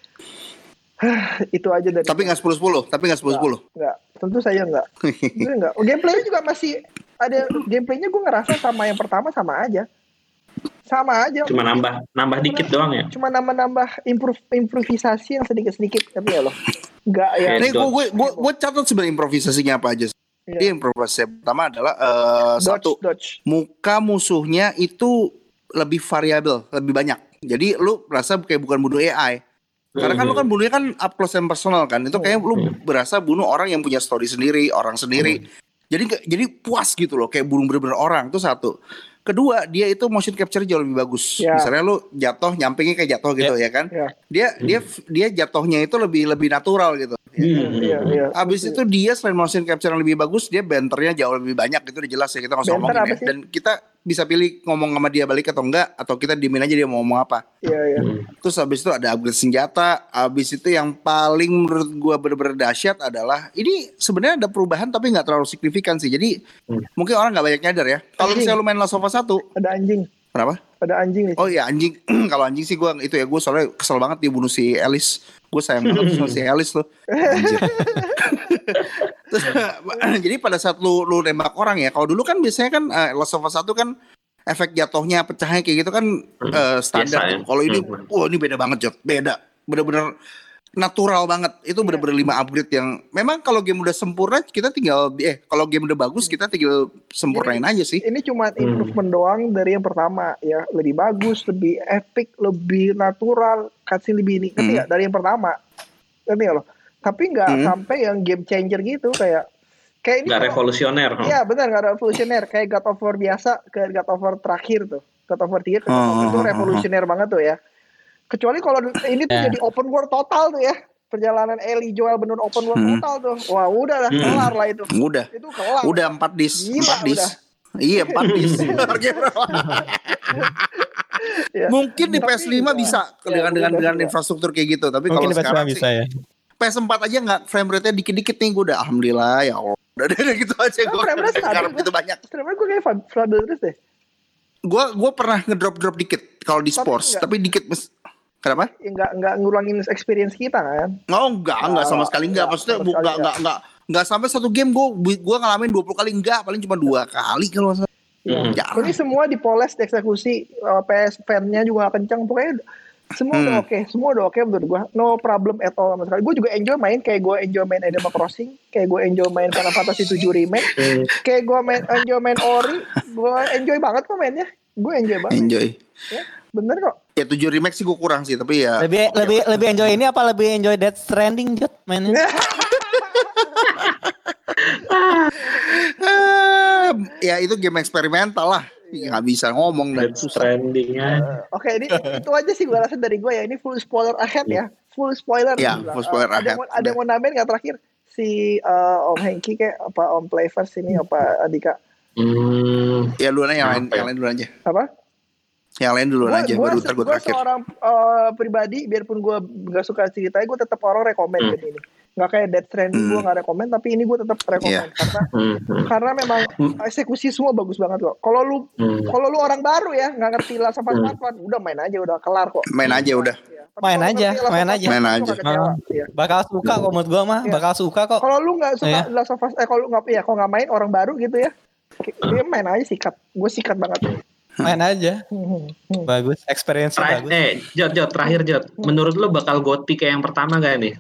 Itu aja dari. Tapi nggak 10/10. Nggak. Tentu saya nggak. Gameplaynya juga masih ada. Gameplaynya gue ngerasa sama yang pertama sama aja. Cuma nambah dikit doang ya. Cuma nambah improvisasi yang sedikit tapi ya loh. Nggak ya. Nih gue catat sebenarnya improvisasinya apa aja. Jadi improvisasi pertama adalah dodge. Muka musuhnya itu lebih variabel, lebih banyak. Jadi lu merasa kayak bukan bunuh AI. Karena kan lu kan bunuhnya kan up close and personal kan. Itu kayak lu berasa bunuh orang yang punya story sendiri, orang sendiri. Jadi puas gitu loh, kayak bunuh bener-bener orang. Itu satu. Kedua, dia itu motion capture jauh lebih bagus. Misalnya lu jatuh, nyampingnya kayak jatuh gitu ya kan. Dia jatuhnya itu lebih natural gitu. Abis itu dia selain motion capture yang lebih bagus, dia banternya jauh lebih banyak. Itu udah jelas ya, kita nggak usah ngomongin ya. Dan kita bisa pilih ngomong sama dia balik atau enggak, atau kita diemin aja dia mau ngomong apa. Terus abis itu ada upgrade senjata. Abis itu yang paling menurut gue bener-bener dahsyat adalah ini sebenarnya ada perubahan tapi nggak terlalu signifikan sih. Jadi mungkin orang nggak banyak nyadar ya. Kalau misalnya lu main Last of Us 1, ada anjing. Kenapa? Ada anjing nih. Oh iya anjing. Kalau anjing sih gue itu ya, gue soalnya kesel banget dia bunuh si Alice. Gue sayang banget sama si Alice loh. Anjir. Terus, jadi pada saat lu nembak orang ya, kalau dulu kan biasanya kan Last of Us 1 kan efek jatuhnya, pecahnya kayak gitu kan standar. Ya. Kalau ini, wah ini beda banget Jot. Beda. Bener-bener natural banget. Itu bener-bener 5 upgrade yang memang kalau game udah sempurna kita tinggal kalau game udah bagus kita tinggal sempurnain aja sih. Ini cuma improvement doang dari yang pertama ya, lebih bagus, lebih epic, lebih natural, cutscene lebih ini. Ngerti nggak? Dari yang pertama. Ngerti nggak lo? Tapi nggak sampai yang game changer gitu kayak ini. Nggak revolusioner. Iya benar, nggak revolusioner. Kayak God of War biasa, kayak God of War terakhir tuh. God of War 3 itu revolusioner banget tuh ya. Kecuali kalau ini tuh jadi open world total tuh ya. Perjalanan Ellie Joel bener open world total tuh. Wah, udah lah, kelar lah itu. Udah. Itu kelar. Udah 4 disk. Gila, 4 disk. Iya, 4 disk. Ya. Mungkin di PS5 bisa dengan infrastruktur kayak gitu, tapi kalau sekarang bisa ya. PS4 aja nggak, frame rate-nya dikit-dikit nih, gue udah alhamdulillah ya Allah. Udah gitu aja gue. Garap gitu banyak. Frame rate gue kayak stabil terus deh. Gue pernah ngedrop dikit kalau di sports, tapi dikit. Kenapa? Ya, enggak ngurangin experience kita kan? Oh enggak sama sekali enggak. Maksudnya enggak sampai satu game gue ngalamin 20 kali enggak, paling cuma 2 kali kalau enggak. Ini semua dipoles, dieksekusi, PS fan-nya juga kencang, pokoknya semua udah oke menurut gue, no problem at all sama sekali. Gue juga enjoy main, kayak gue enjoy main Animal Crossing, kayak gue enjoy main Final Fantasy 7 Remake, kayak gue enjoy main Ori, gue enjoy banget kok mainnya, gue enjoy banget. Enjoy. Ya, bener kok. Ya 7 remake sih gue kurang sih, tapi ya lebih enjoy ini apa lebih enjoy Death Stranding Jot mainnya? Ya itu game eksperimental lah. Nggak bisa ngomong dan Death Stranding Oke, ini itu aja sih gue rasa dari gue ya. Ini full spoiler ahead ya. Full spoiler. Ya, full spoiler ahead. Ada yang mau nambahin nggak terakhir? Si Om Hengki kayak apa Om Playverse ini apa Andika? Ya lu yang lain dulu aja. Apa? Yang lain dulu aja, baru gue terakhir. Gue seorang pribadi, biarpun gue gak suka ceritanya, gue tetap orang rekomen game ini. Gak kayak Death Stranding gue gak rekomen, tapi ini gue tetap rekomen karena memang eksekusi semua bagus banget kok. Kalau lu orang baru ya, nggak ngerti Last of Us Part 1, udah main aja, udah kelar kok. Main aja udah. Main aja. Bakal suka kok menurut gue mah, bakal suka kok. Kalau lu nggak suka Last of Us, kalau nggak main orang baru gitu ya, dia main aja sikat. Gue sikat banget. Main aja. Bagus, experience bagus. Jot, terakhir Jot. Menurut lo bakal GOTY kayak yang pertama gak nih?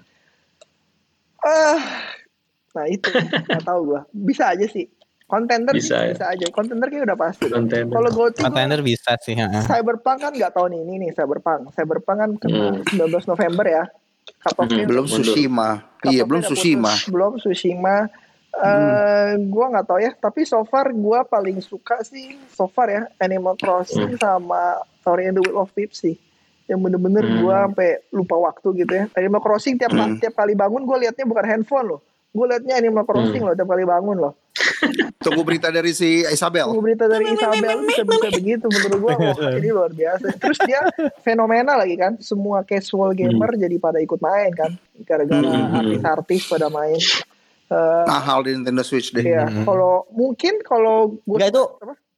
Nah itu nggak tahu gue. Bisa aja sih. Contender bisa aja. Contender kayaknya udah pasti. Kalau GOTY contender bisa sih. Cyberpunk kan nggak tahu nih ini Cyberpunk kan kena 19 November ya. Belum Tsushima. Iya belum Tsushima. Gue nggak tahu ya, tapi so far gue paling suka sih ya Animal Crossing sama Story and the Will of Pips sih, yang bener-bener gue sampai lupa waktu gitu ya. Animal Crossing tiap kali bangun gue liatnya bukan handphone loh, gue liatnya Animal Crossing loh tiap kali bangun loh. Tunggu berita dari si Isabel. Bisa begitu menurut gue. Ini luar biasa. Terus dia fenomena lagi kan, semua casual gamer jadi pada ikut main kan, gara-gara artis-artis pada main. Mahal di Nintendo Switch deh. Iya, kalau gue enggak itu.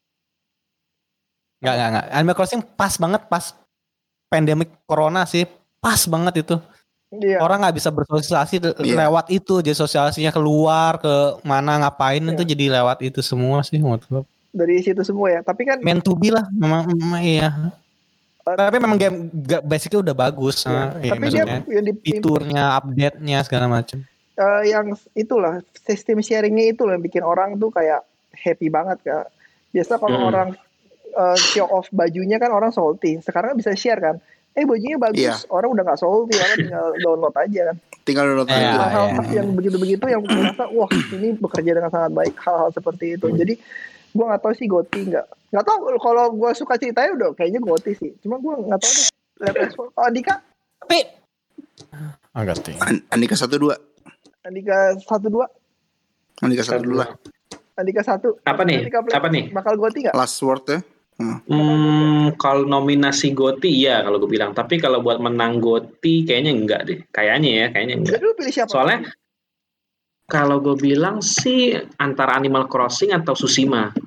Enggak. Animal Crossing pas banget pas pandemic corona sih, pas banget itu. Iya. Orang nggak bisa bersosialisasi lewat itu, jadi sosialisasinya keluar ke mana ngapain itu jadi lewat itu semua sih menurut gue. Dari situ semua ya, tapi kan meant to be lah, memang iya. Tapi memang game basicnya udah bagus, tapi dia fiturnya, update-nya segala macam. Yang itulah sistem sharingnya itu yang bikin orang tuh kayak happy banget kak. Biasa kalau orang show off bajunya kan orang salty. Sekarang bisa share kan. Bajunya bagus, orang udah nggak salty, orang tinggal download aja kan. Tinggal download aja. Hal-hal yang begitu-begitu yang merasa wah ini bekerja dengan sangat baik, hal-hal seperti itu. Jadi gue nggak tahu sih GOTY nggak tahu. Kalau gue suka ceritanya udah kayaknya GOTY sih. Cuma gue nggak tahu deh. Andika? Tapi Andika 1-2. Andika 1-2 lah. Andika 1. Apa nih? Bakal GOTY nggak? Last word ya. Kalau nominasi GOTY iya kalau gue bilang. Tapi kalau buat menang GOTY kayaknya enggak deh. Kayaknya enggak. Jadi lu pilih siapa? Soalnya kalau gue bilang sih antara Animal Crossing atau Tsushima.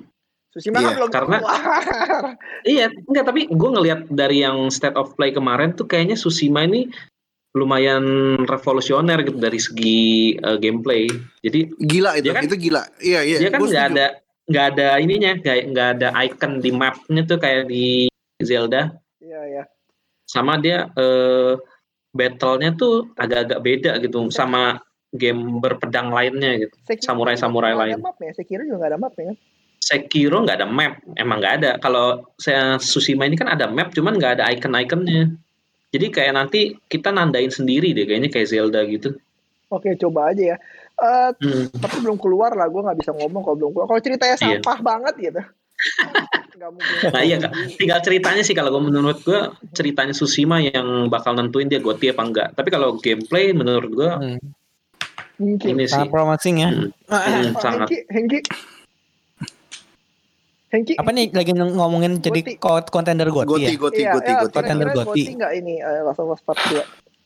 Tsushima kan belum karena- keluar. Iya, enggak, tapi gue ngelihat dari yang state of play kemarin tuh kayaknya Tsushima ini lumayan revolusioner gitu dari segi gameplay. Jadi Gila itu, Dia kan- itu gila. Iya, iya. dia kan gua setuju. nggak ada ininya, nggak ada icon di mapnya tuh kayak di Zelda. Iya, ya. Sama dia battle-nya tuh agak-agak beda gitu sama game berpedang lainnya gitu. Samurai-samurai lain. Ada map ya, Sekiro juga nggak ada map ya kan? Sekiro nggak ada map, emang nggak ada. Kalau saya Tsushima ini kan ada map, cuman nggak ada icon-iconnya. Jadi kayak nanti kita nandain sendiri deh, kayaknya kayak Zelda gitu. Oke, coba aja ya. Tapi belum keluar lah, gue nggak bisa ngomong kalau belum keluar. Kalau ceritanya Iya. sampah banget gitu. Nggak mungkin. Nah iya Kak, tinggal ceritanya sih kalau menurut gue ceritanya Tsushima yang bakal nentuin dia GOTY apa enggak. Tapi kalau gameplay menurut gue Mungkin. ini sih Sangat promising ya. sangat. Hengki. Apa nih lagi ngomongin jadi kontender GOTY ya? Goti. Contender Kira-kira GOTY. nggak ini Last of Us Part 2?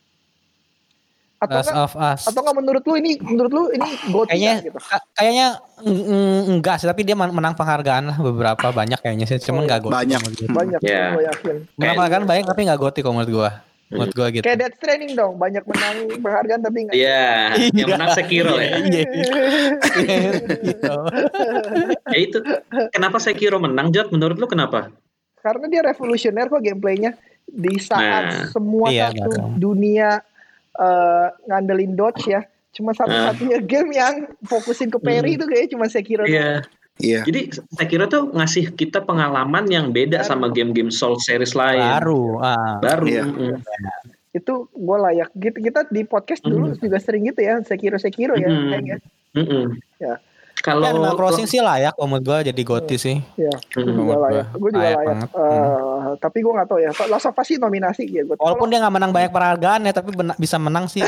Last of Us. Atau nggak menurut lu ini GOTY Kayaknya gitu? kayaknya enggak sih, tapi dia menang penghargaan lah beberapa banyak kayaknya sih, cuman enggak GOTY. Banyak. Banyak, Ya. gue yakin. Menang penghargaan banyak tapi enggak GOTY kalau menurut gua. Menurut gua gitu. Kayak Death Stranding dong, banyak menang penghargaan tapi nggak. Iya, yang menang Sekiro ya. Iya. Gitu. Ya itu. Kenapa Sekiro menang, Jod? Menurut lu kenapa? Karena dia revolusioner kok gameplaynya di saat semua iya, satu betul. dunia ngandelin dodge ya. Cuma satu-satunya game yang fokusin ke parry itu kayaknya cuma Sekiro. Iya. Iya. Jadi Sekiro tuh ngasih kita pengalaman yang beda sama game-game Soul series lain. Baru. Baru. Iya. Itu gue layak gitu. Kita di podcast dulu juga sering gitu ya, Sekiro ya. Kayaknya. Ya. Kalau Animal Crossing sih layak kalau menurut gua jadi GOTY sih. Ya, gue juga layak. Gue juga Layak layak. banget. Tapi gue nggak tahu ya. Last of Us sih nominasi ya. Walaupun dia nggak menang banyak penghargaan ya, tapi bisa menang sih.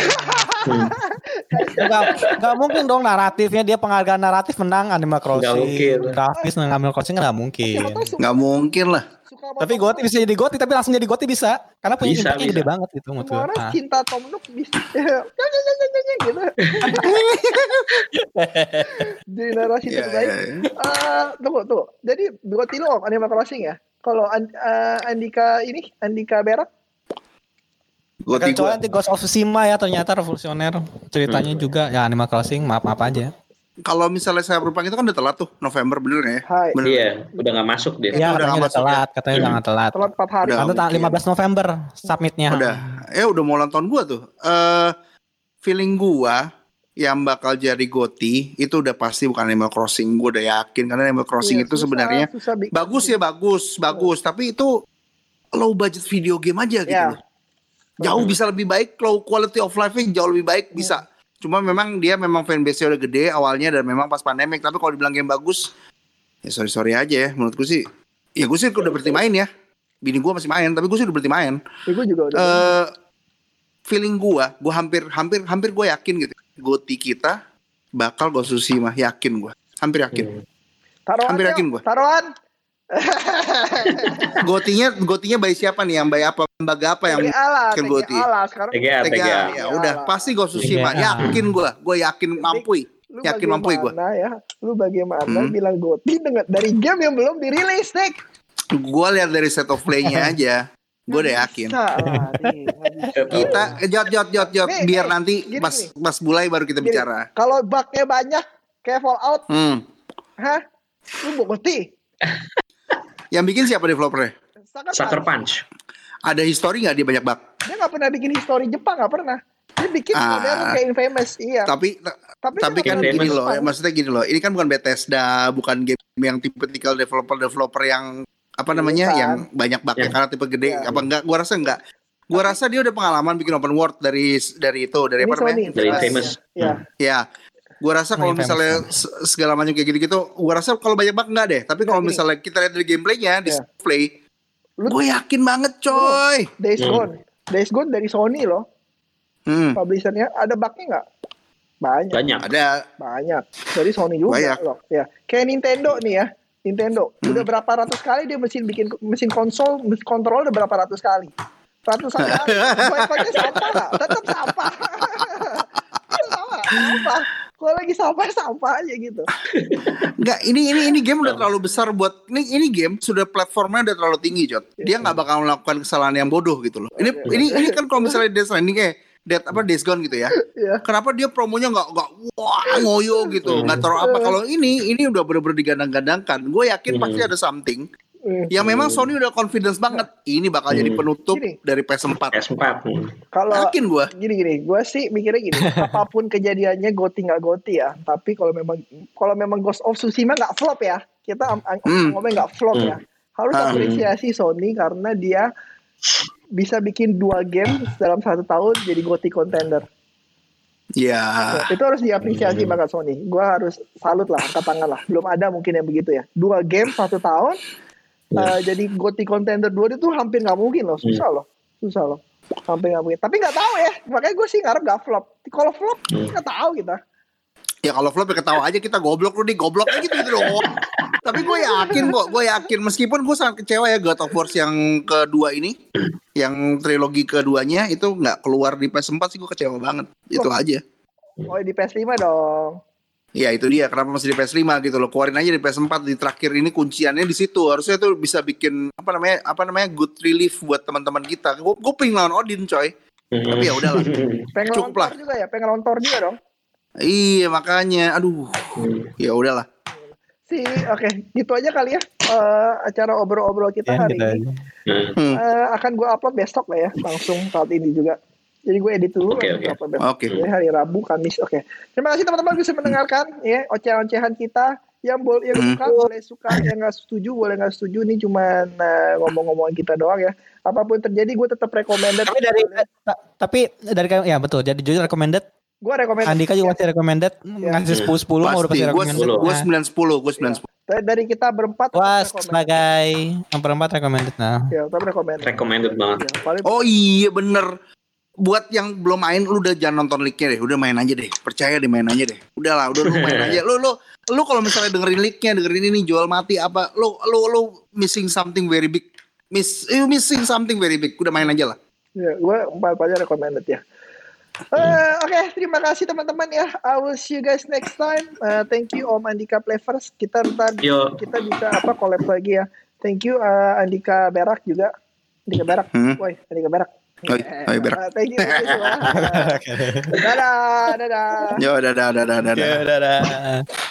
Gak mungkin dong naratifnya, dia penghargaan naratif menang Animal Crossing. Nggak mungkin. Grafis menang Animal Crossing nggak mungkin. Nggak mungkin lah. Tapi GOTY bisa jadi GOTY, tapi langsung jadi GOTY bisa. Karena punya Bisa, impactnya gede banget gitu menurut gua. Orang cinta Tom Nook bisa gitu. Jadi narasi Iya, terbaik. iya, iya. Tunggu. Jadi GOTY lo Animal Crossing ya? Kalau Andika Berak? Goti Kecuali gua. nanti Ghost of Tsushima ya, ternyata revolusioner. Ceritanya juga ya Animal Crossing, maaf aja. Kalau misalnya saya berupang itu kan udah telat tuh, November bener nggak ya? Hai. Bener. Iya, udah nggak masuk dia. Ya, udah katanya nggak udah masuk telat, katanya udah nggak telat. Telat 4 hari. Udah. Karena tanggal mungkin. 15 November submitnya. Udah mau ulang tahun gua tuh. Feeling gua yang bakal jadi GOTY itu udah pasti bukan Animal Crossing. Gua udah yakin karena Animal Crossing Iya, itu sebenarnya susah bikin. bagus, tapi itu low budget video game aja gitu. Ya. loh. Jauh bisa lebih baik, low quality of life-nya jauh lebih baik bisa. Cuma memang dia fanbase-nya udah gede awalnya dan memang pas pandemik. Tapi kalau dibilang game bagus, ya sorry aja ya. Menurutku sih, ya gue sih udah berhenti main ya. Bini gue masih main, tapi gue sih udah berhenti main. Ya, gue juga udah. Feeling gue hampir gue yakin gitu. GOTY kita bakal Ghost of Tsushima, yakin gue. Hampir yakin. Taruhan hampir yuk, yakin gua. Taruhan. GOTY-nya by siapa nih? Yang by apa? Lembaga apa yang TGA bikin GOTY? sekarang. TGA. TGA. Ya udah, pasti Ghost of Tsushima. TGA. Yakin gue yakin mampu. Lu Yakin mampu gue. bagaimana ya? Lu bagaimana bilang GOTY dari game yang belum dirilis, Nick? Gue lihat dari set of play-nya aja. Gue udah yakin. Kita jot Nih, biar nih, nanti gini pas mulai baru kita bicara. Kalau bugnya banyak kayak Fallout, lu mau GOTY? Yang bikin siapa developernya? Sucker Punch. Ada history nggak dia banyak bug? Dia nggak pernah bikin history Jepang, nggak pernah. Dia bikin model kayak Infamous, iya. Tapi kan dia gini pernah loh, bikin maksudnya gini loh. Ini kan bukan Bethesda, bukan game yang tipikal developer yang apa namanya, Bukan. yang banyak bugnya karena tipe gede. Iya. Apa enggak? Gua rasa enggak. Gua rasa dia udah pengalaman bikin open world dari Ini apa namanya? Sony. Dari Infamous. Iya. Ya, gua rasa kalau Infamous. misalnya segala macam kayak gitu-gitu, gua rasa kalau banyak bug enggak deh. Tapi kalau Gini. misalnya kita lihat dari gameplaynya, display, Lu- gue yakin banget, coy. Days Gone dari Sony loh, publishernya. Ada bugnya nggak? Banyak. Ada. Banyak. Dari Sony juga Banyak. loh. Ya. Kayak Nintendo nih ya. Nintendo udah berapa ratus kali dia bikin mesin kontrol udah berapa ratus kali. Ratusan kali. Joy-Con-nya sampah nggak? Tetap sampah. Sampah. Kalau lagi sampah aja gitu. Enggak, ini game udah terlalu besar buat ini game sudah platformnya udah terlalu tinggi, Jot. Dia nggak bakal melakukan kesalahan yang bodoh gitu loh. Ini kan kalau misalnya Death Stranding Days Gone gitu ya. Kenapa dia promonya nggak wah ngoyo gitu, nggak taruh apa. Kalau ini udah bener-bener digadang-gadangkan. Gue yakin pasti ada something yang memang Sony udah confidence banget ini bakal jadi penutup dari PS4. Kalau yakin gue. Gini, gue sih mikirnya gini, apapun kejadiannya goti nggak goti ya. Tapi kalau memang Ghost of Tsushima nggak flop ya, kita ngomong nggak flop ya. Harus apresiasi Sony karena dia bisa bikin 2 game dalam 1 tahun jadi goti contender. Ya. Itu harus diapresiasi banget Sony. Gue harus salut lah, angkat tangan lah. Belum ada mungkin yang begitu ya. 2 game 1 tahun. Jadi goti contender 2 itu hampir nggak mungkin loh, susah loh, hampir nggak mungkin. Tapi nggak tahu ya, makanya gue sih ngarep nggak flop. Kalau flop nggak tahu kita. Ya kalau flop ya ketawa aja kita goblok aja gitu loh. Tapi gue yakin meskipun gue sangat kecewa ya God of War yang kedua ini, yang trilogi keduanya itu nggak keluar di PS4 sih, gue kecewa banget. Itu aja. Oh di PS5 dong. Ya itu dia, kenapa masih di PS5 gitu loh. Keluarin aja di PS4 di terakhir ini, kunciannya di situ. Harusnya itu bisa bikin apa namanya good relief buat teman-teman kita. Gue pengen lawan Odin coy. Tapi ya udahlah. Cukup lah. Juga ya, pengen lontor juga dong. Iya makanya, aduh. Ya udahlah. Oke, gitu aja kali ya acara obrol-obrol kita hari ini. Akan gue upload besok lah ya, langsung saat ini juga. Jadi gue edit dulu. Oke. Hari Rabu, Kamis. Oke. Terima kasih teman-teman bisa mendengarkan ya ocehan-ocehan kita. Yang suka boleh suka, yang nggak setuju boleh nggak setuju. Ini cuma ngomong-ngomongan kita doang ya. Apapun terjadi gue tetap recommended. Tapi dari ya betul. Jadi jujur recommended. Gue recommended. Andika juga masih recommended. Ngasih 10 mau udah pasti recommended. Gue 9-10. Dari kita berempat. Wah sebagai yang berempat recommended nah. Ya, tetap recommended banget. Ya, oh iya bener. Buat yang belum main, lu udah jangan nonton leaknya deh, udah main aja deh, percaya deh main aja deh, udah lu main aja, lu kalau misalnya dengerin leaknya, dengerin ini jual mati apa, lu missing something very big, missing something very big, udah main aja lah. Ya, gue 4 aja recommended ya. Oke, terima kasih teman-teman ya. I will see you guys next time. Thank you Om Andika Players. Kita bisa collab lagi ya. Thank you Andika Berak juga. Andika Berak. Andika Berak. Berak. Thank you semua. Dadah. Yo, dadah. Dadah.